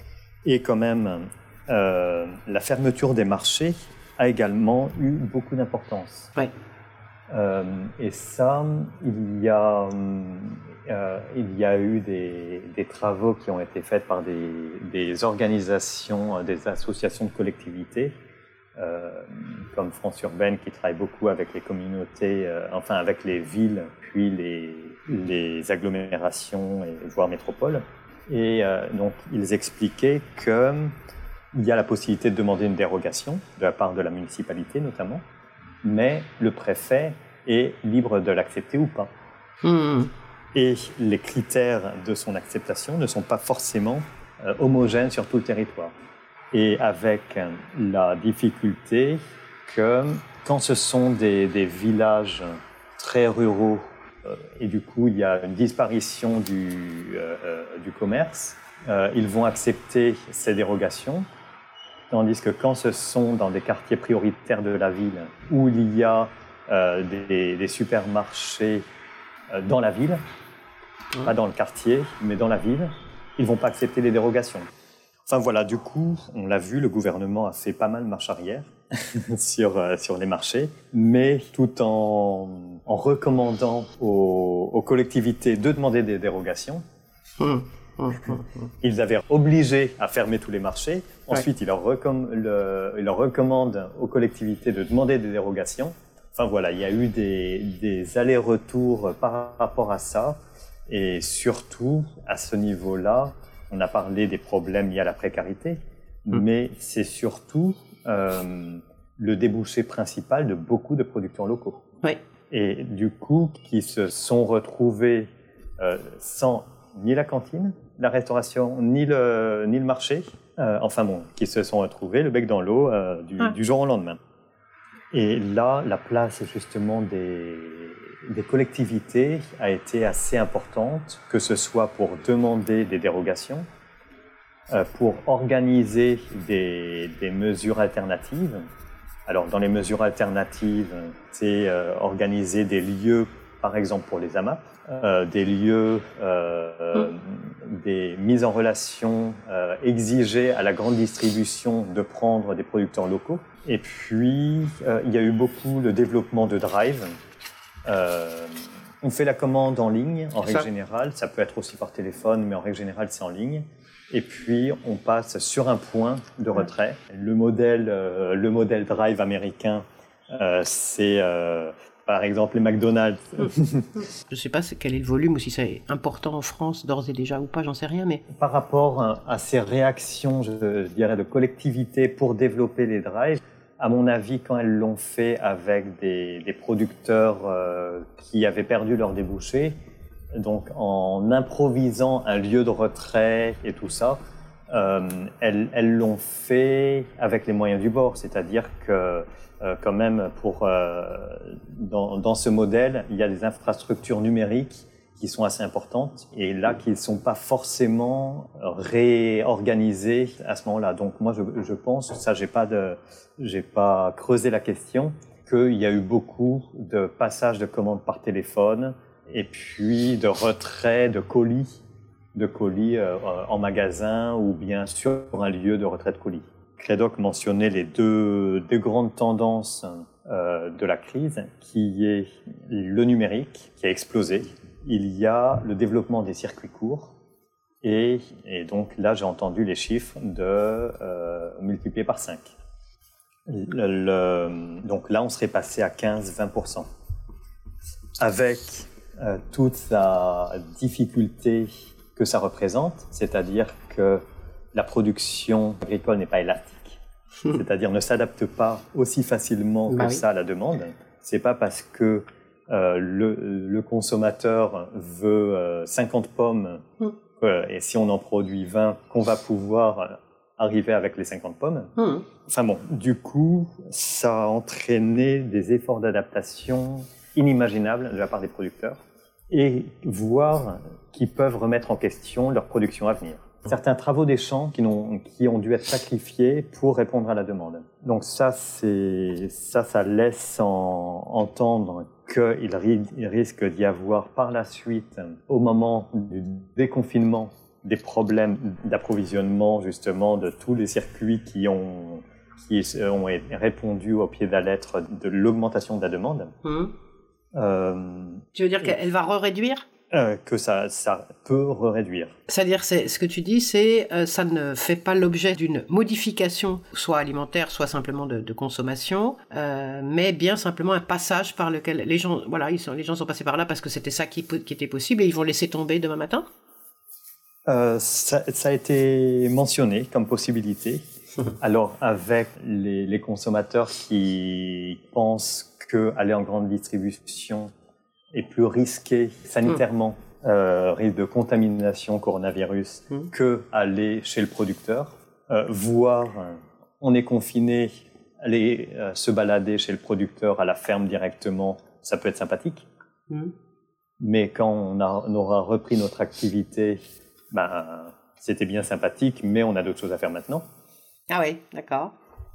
Et quand même, euh, la fermeture des marchés a également eu beaucoup d'importance. Oui. Euh, et ça, il y a, euh, il y a eu des, des travaux qui ont été faits par des, des organisations, des associations de collectivités, euh, comme France Urbaine, qui travaille beaucoup avec les communautés, euh, enfin avec les villes, puis les, les agglomérations et voire métropoles. Et euh, donc, ils expliquaient qu'il y a la possibilité de demander une dérogation de la part de la municipalité notamment, mais le préfet est libre de l'accepter ou pas. Mmh. Et les critères de son acceptation ne sont pas forcément euh, homogènes sur tout le territoire. Et avec la difficulté que quand ce sont des, des villages très ruraux, euh, et du coup il y a une disparition du, euh, du commerce, euh, ils vont accepter ces dérogations, tandis que quand ce sont dans des quartiers prioritaires de la ville, où il y a euh, des, des supermarchés euh, dans la ville, mmh. pas dans le quartier, mais dans la ville, ils ne vont pas accepter les dérogations. Enfin voilà, du coup, on l'a vu, le gouvernement a fait pas mal marche arrière sur, euh, sur les marchés, mais tout en, en recommandant aux, aux collectivités de demander des dérogations. Mmh. Mmh. Ils avaient obligé à fermer tous les marchés. Ensuite, ouais. ils, leur recomm- le, ils leur recommandent aux collectivités de demander des dérogations. Enfin voilà, il y a eu des, des allers-retours par rapport à ça. Et surtout, à ce niveau-là, on a parlé des problèmes liés à la précarité, mmh. mais c'est surtout euh, le débouché principal de beaucoup de producteurs locaux. Oui. Et du coup, qui se sont retrouvés euh, sans ni la cantine, la restauration, ni le, ni le marché, euh, enfin bon, qui se sont retrouvés le bec dans l'eau euh, du, ah. du jour au lendemain. Et là, la place justement des, des collectivités a été assez importante, que ce soit pour demander des dérogations, euh, pour organiser des, des mesures alternatives. Alors, dans les mesures alternatives, c'est euh, organiser des lieux par exemple pour les A M A P, euh, des lieux, euh, mmh. des mises en relation euh, exigées à la grande distribution de prendre des producteurs locaux. Et puis, euh, il y a eu beaucoup de développement de drive. Euh, on fait la commande en ligne, en règle générale. Ça peut être aussi par téléphone, mais en règle générale, c'est en ligne. Et puis, on passe sur un point de retrait. Le modèle, euh, le modèle drive américain, euh, c'est... Euh, par exemple, les McDonald's. Je ne sais pas quel est le volume ou si c'est important en France d'ores et déjà ou pas, j'en sais rien. Mais par rapport à ces réactions, je, je dirais, de collectivité pour développer les drives, à mon avis, quand elles l'ont fait avec des, des producteurs euh, qui avaient perdu leur débouché, donc en improvisant un lieu de retrait et tout ça, euh, elles, elles l'ont fait avec les moyens du bord, c'est-à-dire que Euh, quand même, pour, euh, dans, dans ce modèle, il y a des infrastructures numériques qui sont assez importantes et là, qui ne sont pas forcément réorganisées à ce moment-là. Donc moi, je, je pense, ça, j'ai pas de, j'ai pas creusé la question, qu'il y a eu beaucoup de passages de commandes par téléphone et puis de retrait de colis, de colis euh, en magasin ou bien sur un lieu de retrait de colis. Credoc mentionnait les deux, deux grandes tendances euh, de la crise, qui est le numérique, qui a explosé. Il y a le développement des circuits courts, et, et donc là, j'ai entendu les chiffres de euh, multipliés par cinq. Le, le, donc là, on serait passé à quinze à vingt pour cent. Avec euh, toute la difficulté que ça représente, c'est-à-dire que la production agricole n'est pas élastique, c'est-à-dire ne s'adapte pas aussi facilement que bah oui. ça à la demande. C'est pas parce que euh, le, le consommateur veut euh, cinquante pommes mm. euh, et si on en produit vingt, qu'on va pouvoir arriver avec les cinquante pommes. Mm. Enfin bon, du coup, ça a entraîné des efforts d'adaptation inimaginables de la part des producteurs et voire qui peuvent remettre en question leur production à venir. Certains travaux des champs qui ont, qui ont dû être sacrifiés pour répondre à la demande. Donc ça, c'est, ça, ça laisse en, entendre qu'il ri, risque d'y avoir par la suite, au moment du déconfinement, des problèmes d'approvisionnement justement de tous les circuits qui ont, qui ont répondu au pied de la lettre de l'augmentation de la demande. Mmh. Euh, tu veux dire qu'elle va re-réduire ? Euh, que ça, ça peut réduire. C'est-à-dire, c'est, ce que tu dis, c'est euh, ça ne fait pas l'objet d'une modification, soit alimentaire, soit simplement de, de consommation, euh, mais bien simplement un passage par lequel les gens, voilà, ils sont, les gens sont passés par là parce que c'était ça qui, qui était possible et ils vont laisser tomber demain matin. Euh, ça, ça a été mentionné comme possibilité. Alors, avec les, les consommateurs qui pensent qu'aller en grande distribution est plus risqué sanitairement, mmh. euh, risque de contamination coronavirus, mmh. que aller chez le producteur, euh, voire euh, on est confiné, aller euh, se balader chez le producteur à la ferme directement, ça peut être sympathique. Mmh. Mais quand on, a, on aura repris notre activité, ben, c'était bien sympathique, mais on a d'autres choses à faire maintenant. Ah oui, d'accord.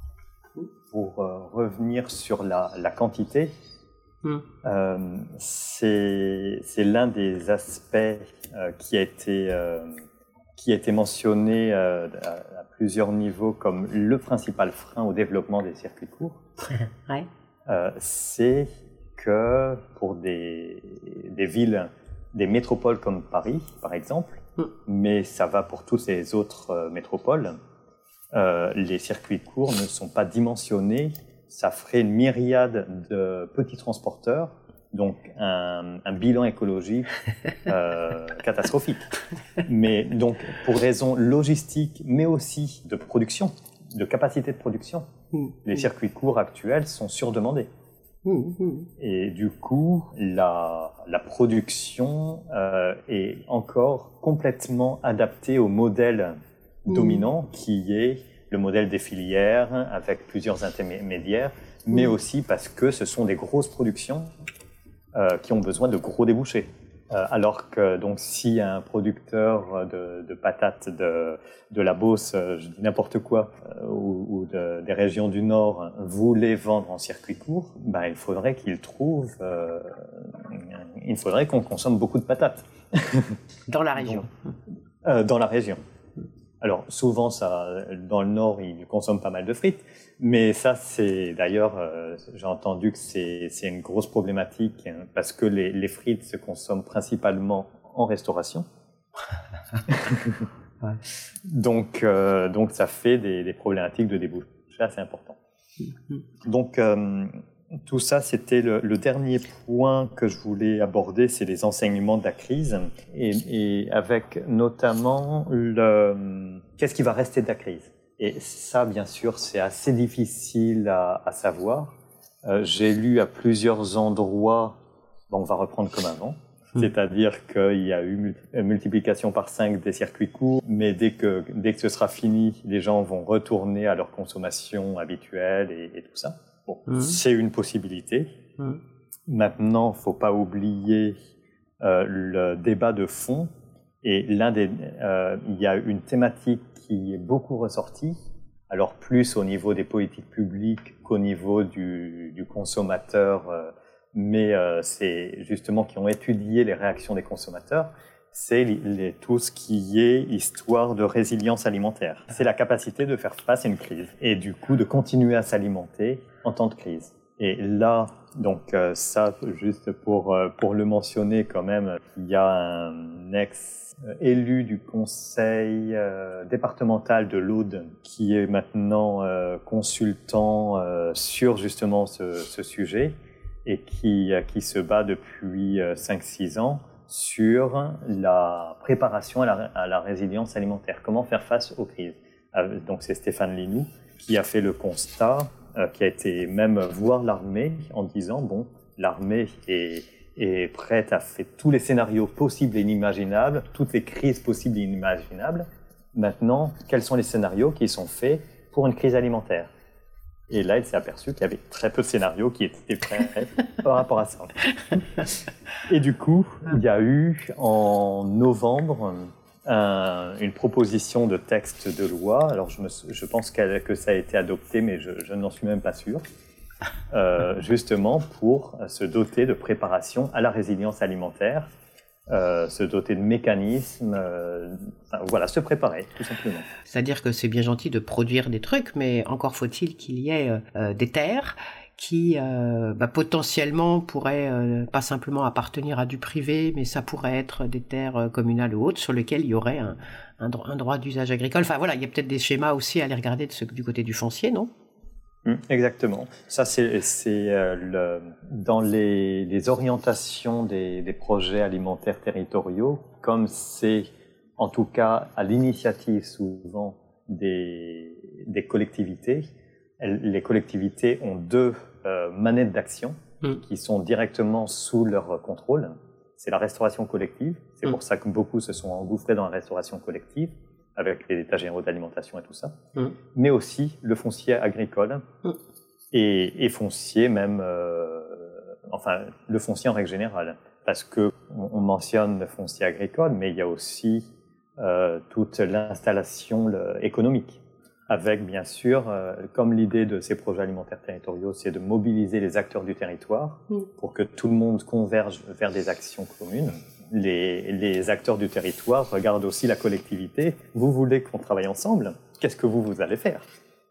Pour euh, revenir sur la, la quantité, Mmh. Euh, c'est, c'est l'un des aspects euh, qui a été, euh, qui a été mentionné euh, à, à plusieurs niveaux comme le principal frein au développement des circuits courts. Ouais. Euh, c'est que pour des, des villes, des métropoles comme Paris, par exemple, mmh. mais ça va pour toutes les autres euh, métropoles, euh, les circuits courts ne sont pas dimensionnés. Ça ferait une myriade de petits transporteurs, donc un, un bilan écologique euh, catastrophique. Mais donc, pour raisons logistiques, mais aussi de production, de capacité de production, mmh. les circuits courts actuels sont surdemandés. Mmh. Et du coup, la, la production euh, est encore complètement adaptée au modèle mmh. dominant qui est le modèle des filières avec plusieurs intermédiaires, mais mmh. aussi parce que ce sont des grosses productions euh, qui ont besoin de gros débouchés. Euh, alors que donc si un producteur de, de patates de, de la Beauce, je dis n'importe quoi, euh, ou, ou de, des régions du Nord voulait vendre en circuit court, ben il faudrait qu'il trouve euh, il faudrait qu'on consomme beaucoup de patates. Dans la région. Donc, euh, dans la région. Alors souvent, ça, dans le Nord, ils consomment pas mal de frites, mais ça, c'est d'ailleurs, euh, j'ai entendu que c'est, c'est une grosse problématique hein, parce que les, les frites se consomment principalement en restauration. Ouais. Donc, euh, donc ça fait des, des problématiques de débouchés assez importants. Donc euh, tout ça, c'était le, le dernier point que je voulais aborder, c'est les enseignements de la crise, et, et avec notamment le qu'est-ce qui va rester de la crise. Et ça, bien sûr, c'est assez difficile à, à savoir. Euh, j'ai lu à plusieurs endroits, bon, on va reprendre comme avant. C'est-à-dire qu'il y a eu multiplication par cinq des circuits courts, mais dès que, dès que ce sera fini, les gens vont retourner à leur consommation habituelle et, et tout ça. Bon, mmh. C'est une possibilité. Mmh. Maintenant, faut pas oublier euh, le débat de fond. Et l'un des, euh, il y a une thématique qui est beaucoup ressortie, alors plus au niveau des politiques publiques qu'au niveau du, du consommateur. Euh, mais euh, c'est justement qui ont étudié les réactions des consommateurs, c'est les, les, tout ce qui est histoire de résilience alimentaire. C'est la capacité de faire face à une crise et du coup de continuer à s'alimenter en temps de crise. Et là, donc euh, ça, juste pour, euh, pour le mentionner quand même, il y a un ex-élu du conseil euh, départemental de l'Aude qui est maintenant euh, consultant euh, sur justement ce, ce sujet, et qui, qui se bat depuis cinq six ans sur la préparation à la, à la résilience alimentaire. Comment faire face aux crises. Donc c'est Stéphane Linou qui a fait le constat, euh, qui a été même voir l'armée en disant, bon, l'armée est, est prête à faire tous les scénarios possibles et inimaginables, toutes les crises possibles et inimaginables. Maintenant, quels sont les scénarios qui sont faits pour une crise alimentaire ? Et là, il s'est aperçu qu'il y avait très peu de scénarios qui étaient prêts par rapport à ça. Et du coup, il y a eu en novembre un, une proposition de texte de loi. Alors, je, me, je pense que ça a été adopté, mais je, je n'en suis même pas sûr. Euh, justement pour se doter de préparation à la résilience alimentaire, euh, se doter de mécanismes, euh, enfin, voilà, se préparer, tout simplement. C'est-à-dire que c'est bien gentil de produire des trucs, mais encore faut-il qu'il y ait euh, des terres qui euh, bah, potentiellement pourraient euh, pas simplement appartenir à du privé, mais ça pourrait être des terres euh, communales ou autres sur lesquelles il y aurait un, un, un droit d'usage agricole. Enfin voilà, il y a peut-être des schémas aussi à aller regarder de ce, du côté du foncier, non ? Exactement. Ça, c'est, c'est euh, le, dans les, les orientations des, des projets alimentaires territoriaux, comme c'est en tout cas à l'initiative souvent des, des collectivités. Elles, les collectivités ont deux euh, manettes d'action mmh. qui sont directement sous leur contrôle. C'est la restauration collective. C'est mmh. pour ça que beaucoup se sont engouffrés dans la restauration collective, avec les états généraux d'alimentation et tout ça, mmh. mais aussi le foncier agricole mmh. et, et foncier même, euh, enfin le foncier en règle générale, parce que on, on mentionne le foncier agricole, mais il y a aussi euh, toute l'installation le, économique, avec bien sûr, euh, comme l'idée de ces projets alimentaires territoriaux, c'est de mobiliser les acteurs du territoire mmh. pour que tout le monde converge vers des actions communes. Les, les acteurs du territoire regardent aussi la collectivité. Vous voulez qu'on travaille ensemble ? Qu'est-ce que vous, vous allez faire ?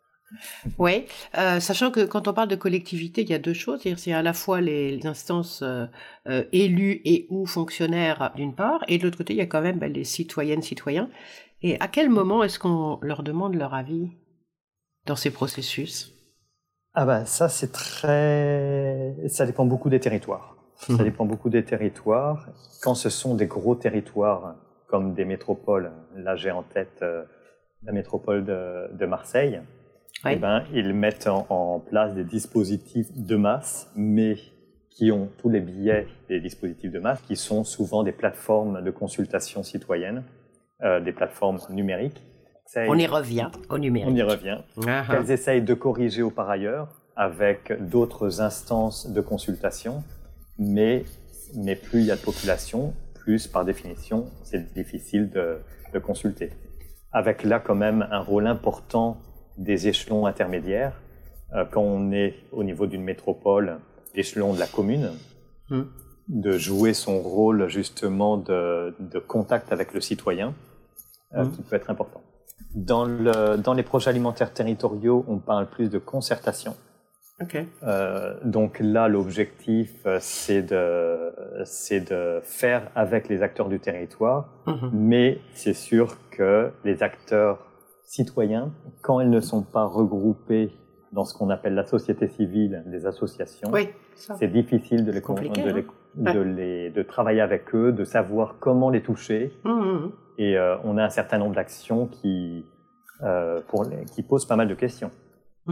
Oui, euh, sachant que quand on parle de collectivité, il y a deux choses. C'est-à-dire, c'est à la fois les instances euh, euh, élues et ou fonctionnaires d'une part, et de l'autre côté, il y a quand même ben, les citoyennes, citoyens. Et à quel moment est-ce qu'on leur demande leur avis dans ces processus ? Ah ben ça, c'est très... Ça dépend beaucoup des territoires. Ça dépend beaucoup des territoires. Quand ce sont des gros territoires, comme des métropoles, là j'ai en tête euh, la métropole de, de Marseille, oui. eh ben, ils mettent en, en place des dispositifs de masse, mais qui ont tous les biais des dispositifs de masse, qui sont souvent des plateformes de consultation citoyenne, euh, des plateformes numériques. On y revient au numérique. On y revient. Uh-huh. Qu'elles essayent de corriger au par ailleurs avec d'autres instances de consultation. Mais, mais plus il y a de population, plus par définition, c'est difficile de, de consulter. Avec là quand même un rôle important des échelons intermédiaires. Euh, quand on est au niveau d'une métropole, l'échelon de la commune, mmh. de jouer son rôle justement de, de contact avec le citoyen, euh, mmh. qui peut être important. Dans, le, dans les projets alimentaires territoriaux, on parle plus de concertation. Okay. Euh, donc là, l'objectif, c'est de, c'est de faire avec les acteurs du territoire, mmh. mais c'est sûr que les acteurs citoyens, quand ils ne sont pas regroupés dans ce qu'on appelle la société civile, les associations, oui, ça. c'est difficile de les, Compliqué, de, les, hein? de, les, de travailler avec eux, de savoir comment les toucher. Mmh. Et euh, on a un certain nombre d'actions qui, euh, pour les, qui posent pas mal de questions. Mmh.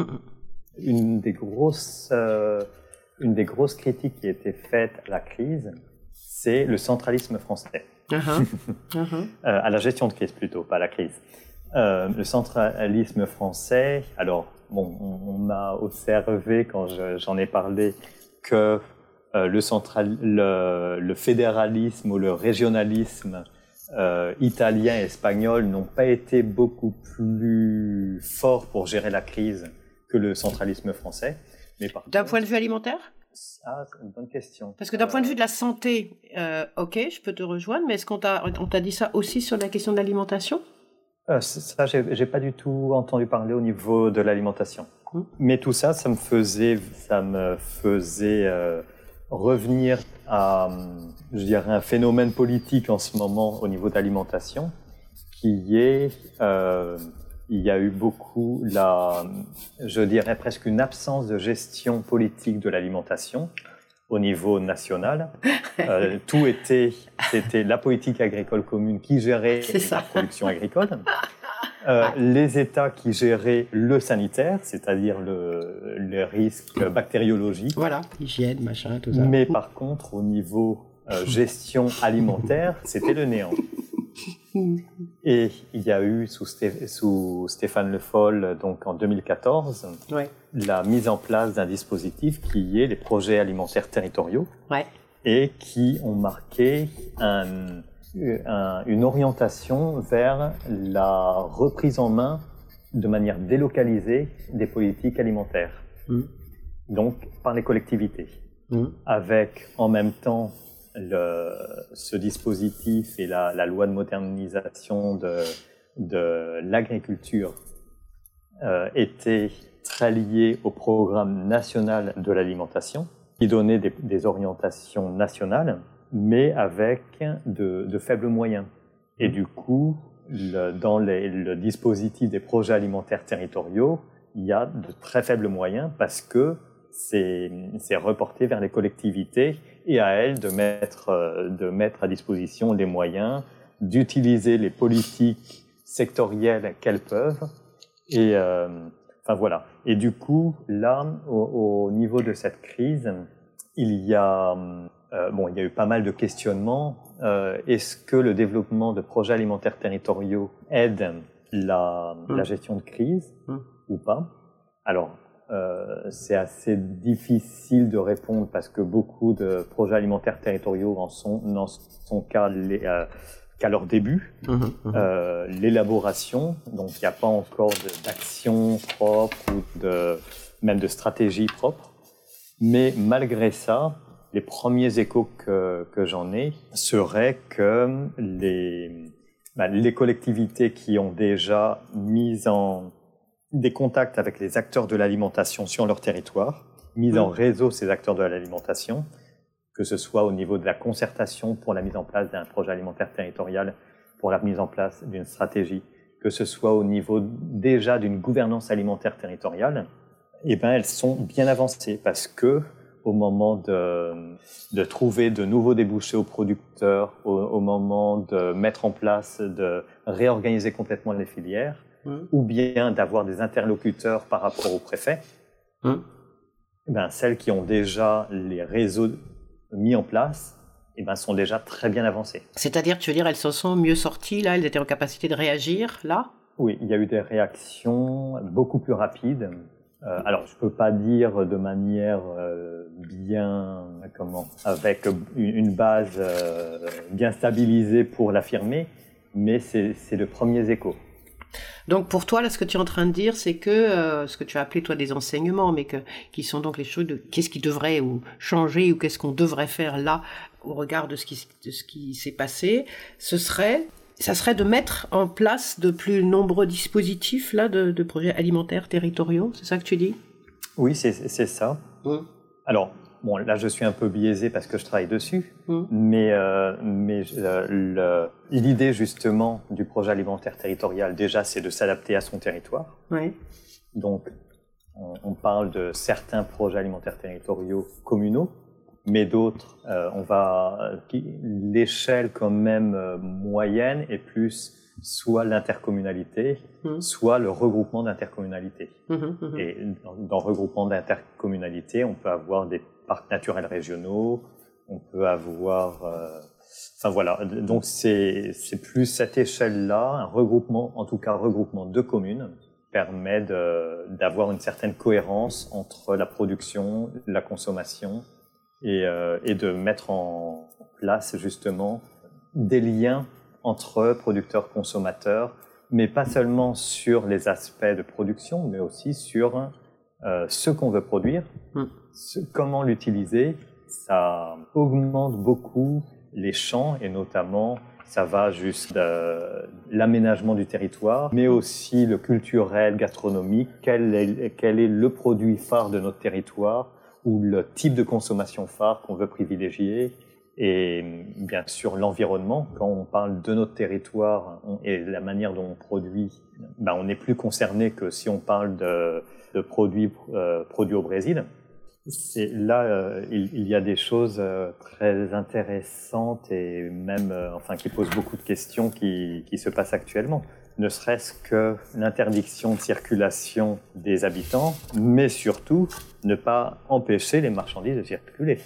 Une des grosses, euh, une des grosses critiques qui a été faite à la crise, c'est le centralisme français. Uh-huh. Uh-huh. euh, à la gestion de crise plutôt, pas à la crise. Euh, le centralisme français, alors bon, on, on m'a observé quand je, j'en ai parlé que euh, le, central, le, le fédéralisme ou le régionalisme euh, italien et espagnol n'ont pas été beaucoup plus forts pour gérer la crise que le centralisme français. Mais par d'un contre, point de vue alimentaire ? Ah, c'est une bonne question. Parce que d'un euh... point de vue de la santé, euh, ok, je peux te rejoindre, mais est-ce qu'on t'a, on t'a dit ça aussi sur la question de l'alimentation ? euh, Ça, j'ai, j'ai pas du tout entendu parler au niveau de l'alimentation. Mmh. Mais tout ça, ça me faisait, ça me faisait euh, revenir à, je dirais, un phénomène politique en ce moment au niveau de l'alimentation, qui est... Euh, il y a eu beaucoup, la, je dirais presque une absence de gestion politique de l'alimentation au niveau national. Euh, tout était, c'était la politique agricole commune qui gérait la production agricole, euh, les États qui géraient le sanitaire, c'est-à-dire le, les risques bactériologiques. Voilà, hygiène, machin, tout ça. Mais par contre, au niveau euh, gestion alimentaire, c'était le néant. Et il y a eu sous, Sté- sous Stéphane Le Foll, donc en deux mille quatorze, ouais. la mise en place d'un dispositif qui est les projets alimentaires territoriaux, ouais. et qui ont marqué un, un, une orientation vers la reprise en main de manière délocalisée des politiques alimentaires, mmh. donc par les collectivités, mmh. avec en même temps Le, ce dispositif et la, la loi de modernisation de, de l'agriculture euh, étaient très liés au programme national de l'alimentation, qui donnait des, des orientations nationales, mais avec de, de faibles moyens. Et du coup, le, dans les, le dispositif des projets alimentaires territoriaux, il y a de très faibles moyens parce que c'est, c'est reporté vers les collectivités et à elles de mettre, de mettre à disposition les moyens, d'utiliser les politiques sectorielles qu'elles peuvent. Et, euh, enfin voilà. Et du coup, là, au, au niveau de cette crise, il y a, euh, bon, il y a eu pas mal de questionnements. Euh, est-ce que le développement de projets alimentaires territoriaux aide la, mmh. la gestion de crise mmh. ou pas? Alors, Euh, c'est assez difficile de répondre parce que beaucoup de projets alimentaires territoriaux en sont, n'en sont qu'à, les, euh, qu'à leur début. Mmh, mmh. Euh, l'élaboration, donc il n'y a pas encore de, d'action propre ou de, même de stratégie propre. Mais malgré ça, les premiers échos que, que j'en ai seraient que les, bah, les collectivités qui ont déjà mis en des contacts avec les acteurs de l'alimentation sur leur territoire, mis mmh. en réseau ces acteurs de l'alimentation, que ce soit au niveau de la concertation pour la mise en place d'un projet alimentaire territorial, pour la mise en place d'une stratégie, que ce soit au niveau déjà d'une gouvernance alimentaire territoriale, eh ben elles sont bien avancées parce que au moment de, de trouver de nouveaux débouchés aux producteurs, au, au moment de mettre en place, de réorganiser complètement les filières, ou bien d'avoir des interlocuteurs par rapport au préfet, hum. eh ben, celles qui ont déjà les réseaux mis en place eh ben, sont déjà très bien avancées. C'est-à-dire, tu veux dire, elles se sont mieux sorties, là, elles étaient en capacité de réagir, là ? Oui, il y a eu des réactions beaucoup plus rapides. Euh, alors, je ne peux pas dire de manière euh, bien, comment, avec une base euh, bien stabilisée pour l'affirmer, mais c'est, c'est le premier écho. Donc pour toi, là, ce que tu es en train de dire, c'est que euh, ce que tu as appelé toi des enseignements, mais que qui sont donc les choses de qu'est-ce qui devrait ou changer ou qu'est-ce qu'on devrait faire là au regard de ce qui de ce qui s'est passé, ce serait ça serait de mettre en place de plus nombreux dispositifs là de, de projets alimentaires territoriaux, c'est ça que tu dis? Oui, c'est c'est ça. Mmh. Alors. Bon, là, je suis un peu biaisé parce que je travaille dessus, mmh. mais, euh, mais euh, l'idée justement du projet alimentaire territorial, déjà, c'est de s'adapter à son territoire. Oui. Donc, on, on parle de certains projets alimentaires territoriaux communaux, mais d'autres, euh, on va l'échelle quand même euh, moyenne est plus soit l'intercommunalité, mmh. soit le regroupement d'intercommunalités. Mmh, mmh. Et dans, dans le regroupement d'intercommunalités, on peut avoir des parcs naturels régionaux, on peut avoir... Euh, enfin voilà, donc c'est, c'est plus cette échelle-là, un regroupement, en tout cas un regroupement de communes, permet de, d'avoir une certaine cohérence entre la production, la consommation, et, euh, et de mettre en place justement des liens entre producteurs-consommateurs, mais pas seulement sur les aspects de production, mais aussi sur euh, ce qu'on veut produire, mmh. ce, comment l'utiliser. Ça augmente beaucoup les champs et notamment ça va juste de l'aménagement du territoire, mais aussi le culturel, gastronomique, quel est, quel est le produit phare de notre territoire ou le type de consommation phare qu'on veut privilégier. Et bien sûr l'environnement, quand on parle de notre territoire on, et la manière dont on produit, ben on n'est plus concerné que si on parle de, de produits euh, produits au Brésil. C'est, là, euh, il, il y a des choses euh, très intéressantes et même, euh, enfin, qui posent beaucoup de questions qui, qui se passent actuellement. Ne serait-ce que l'interdiction de circulation des habitants, mais surtout ne pas empêcher les marchandises de circuler.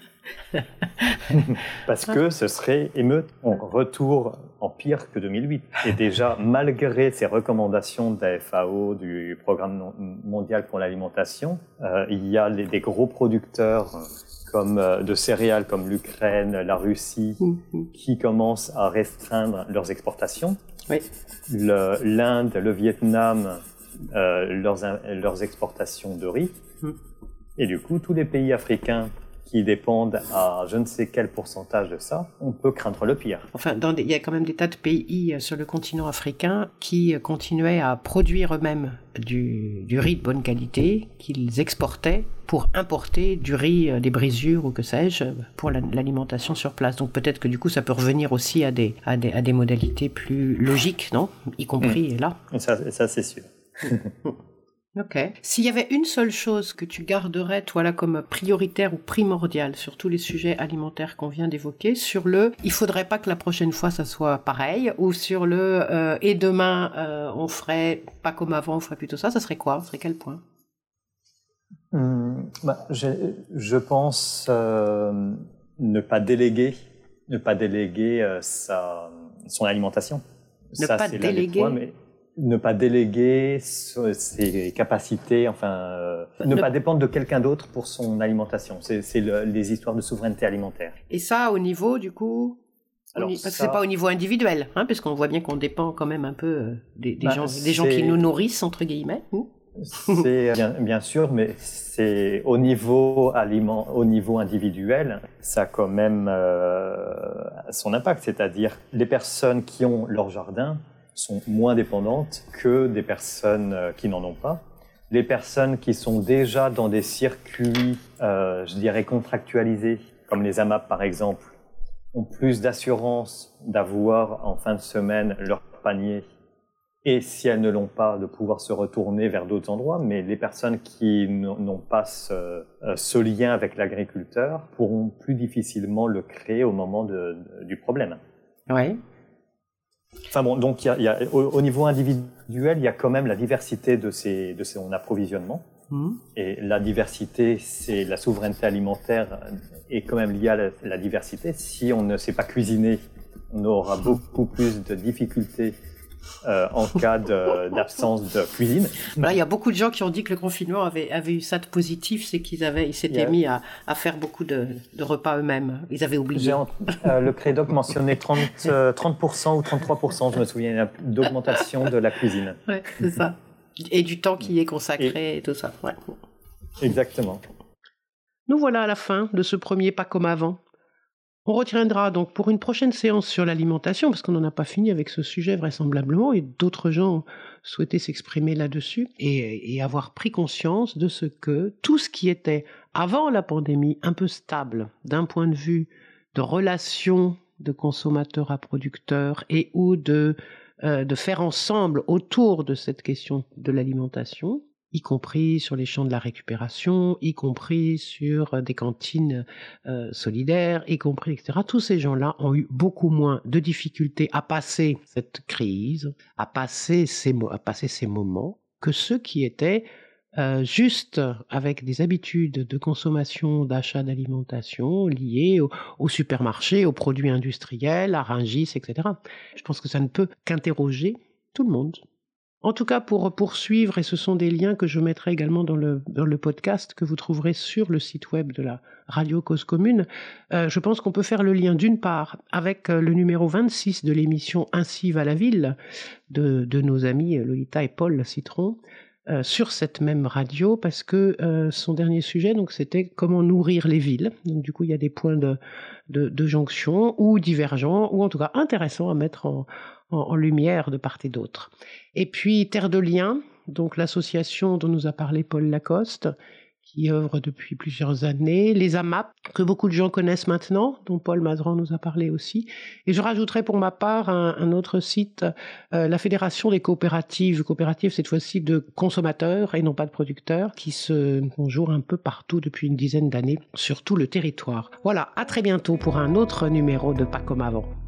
Parce que ce serait émeute, on retour en pire que deux mille huit. Et déjà, malgré ces recommandations de la F A O, du Programme mondial pour l'alimentation, euh, il y a les, des gros producteurs comme, euh, de céréales comme l'Ukraine, la Russie, mmh. qui commencent à restreindre leurs exportations. Oui. Le, L'Inde, le Vietnam, euh, leurs, leurs exportations de riz. Mmh. Et du coup, tous les pays africains qui dépendent à je ne sais quel pourcentage de ça, on peut craindre le pire. Enfin, dans des, il y a quand même des tas de pays sur le continent africain qui continuaient à produire eux-mêmes du, du riz de bonne qualité, qu'ils exportaient pour importer du riz, des brisures ou que sais-je, pour la, l'alimentation sur place. Donc peut-être que du coup, ça peut revenir aussi à des, à des, à des modalités plus logiques, non ? Y compris mmh. là. Et ça, et ça, c'est sûr. Ok. S'il y avait une seule chose que tu garderais, toi là, comme prioritaire ou primordiale sur tous les sujets alimentaires qu'on vient d'évoquer, sur le « il faudrait pas que la prochaine fois ça soit pareil » ou sur le euh, « et demain euh, on ferait pas comme avant, on ferait plutôt ça », ça serait quoi ? Ça serait quel point ? Hum, bah, je, je pense euh, ne pas déléguer, ne pas déléguer euh, sa, son alimentation. Ne ça, pas c'est déléguer points, mais ne pas déléguer ses capacités, enfin, euh, ne, ne pas dépendre de quelqu'un d'autre pour son alimentation. C'est, c'est le, les histoires de souveraineté alimentaire. Et ça, au niveau, du coup, Alors, parce ça... que c'est pas au niveau individuel, hein, parce qu'on voit bien qu'on dépend quand même un peu des, des, bah, gens, des gens qui nous nourrissent, entre guillemets. C'est bien, bien sûr, mais c'est au niveau aliment, au niveau individuel, ça a quand même euh, son impact. C'est-à-dire, les personnes qui ont leur jardin sont moins dépendantes que des personnes qui n'en ont pas. Les personnes qui sont déjà dans des circuits, euh, je dirais, contractualisés, comme les A M A P par exemple, ont plus d'assurance d'avoir en fin de semaine leur panier et si elles ne l'ont pas, de pouvoir se retourner vers d'autres endroits. Mais les personnes qui n'ont pas ce, ce lien avec l'agriculteur pourront plus difficilement le créer au moment de, de, du problème. Oui. Enfin bon, donc il y a, il y a, au, au niveau individuel, il y a quand même la diversité de, ces, de son approvisionnement. Mmh. Et la diversité, c'est la souveraineté alimentaire est quand même liée à la, la diversité. Si on ne sait pas cuisiner, on aura beaucoup plus de difficultés euh, en cas de, d'absence de cuisine. Là, il y a beaucoup de gens qui ont dit que le confinement avait, avait eu ça de positif, c'est qu'ils avaient, ils s'étaient yeah. mis à, à faire beaucoup de, de repas eux-mêmes. Ils avaient oublié. En, euh, le Crédoc mentionnait trente, trente pour cent ou trente-trois pour cent, je me souviens, d'augmentation de la cuisine. Ouais, c'est ça. Et du temps qui est consacré et, et tout ça. Ouais. Exactement. Nous voilà à la fin de ce premier Pas comme avant. On retiendra donc pour une prochaine séance sur l'alimentation, parce qu'on n'en a pas fini avec ce sujet vraisemblablement, et d'autres gens souhaitaient s'exprimer là-dessus, et, et avoir pris conscience de ce que tout ce qui était, avant la pandémie, un peu stable d'un point de vue de relation de consommateur à producteur et ou de, euh, de faire ensemble autour de cette question de l'alimentation, y compris sur les champs de la récupération, y compris sur des cantines euh, solidaires, y compris, et cetera. Tous ces gens-là ont eu beaucoup moins de difficultés à passer cette crise, à passer ces, à passer ces moments, que ceux qui étaient euh, juste avec des habitudes de consommation, d'achat d'alimentation liées au, au supermarché, aux produits industriels, à Rungis, et cetera. Je pense que ça ne peut qu'interroger tout le monde. En tout cas, pour poursuivre, et ce sont des liens que je mettrai également dans le, dans le podcast que vous trouverez sur le site web de la Radio Cause Commune, euh, je pense qu'on peut faire le lien d'une part avec le numéro vingt-six de l'émission Ainsi va la ville de, de nos amis Lolita et Paul Citron, euh, sur cette même radio, parce que euh, son dernier sujet, donc, c'était comment nourrir les villes. Donc du coup, il y a des points de, de, de jonction, ou divergents, ou en tout cas intéressants à mettre en En, en lumière de part et d'autre. Et puis Terre de Liens, donc l'association dont nous a parlé Paul Lacoste, qui œuvre depuis plusieurs années, les A M A P, que beaucoup de gens connaissent maintenant, dont Paul Mazran nous a parlé aussi. Et je rajouterai pour ma part un, un autre site, euh, la Fédération des coopératives, coopératives cette fois-ci de consommateurs et non pas de producteurs, qui se conjourent un peu partout depuis une dizaine d'années sur tout le territoire. Voilà, à très bientôt pour un autre numéro de Pas comme avant.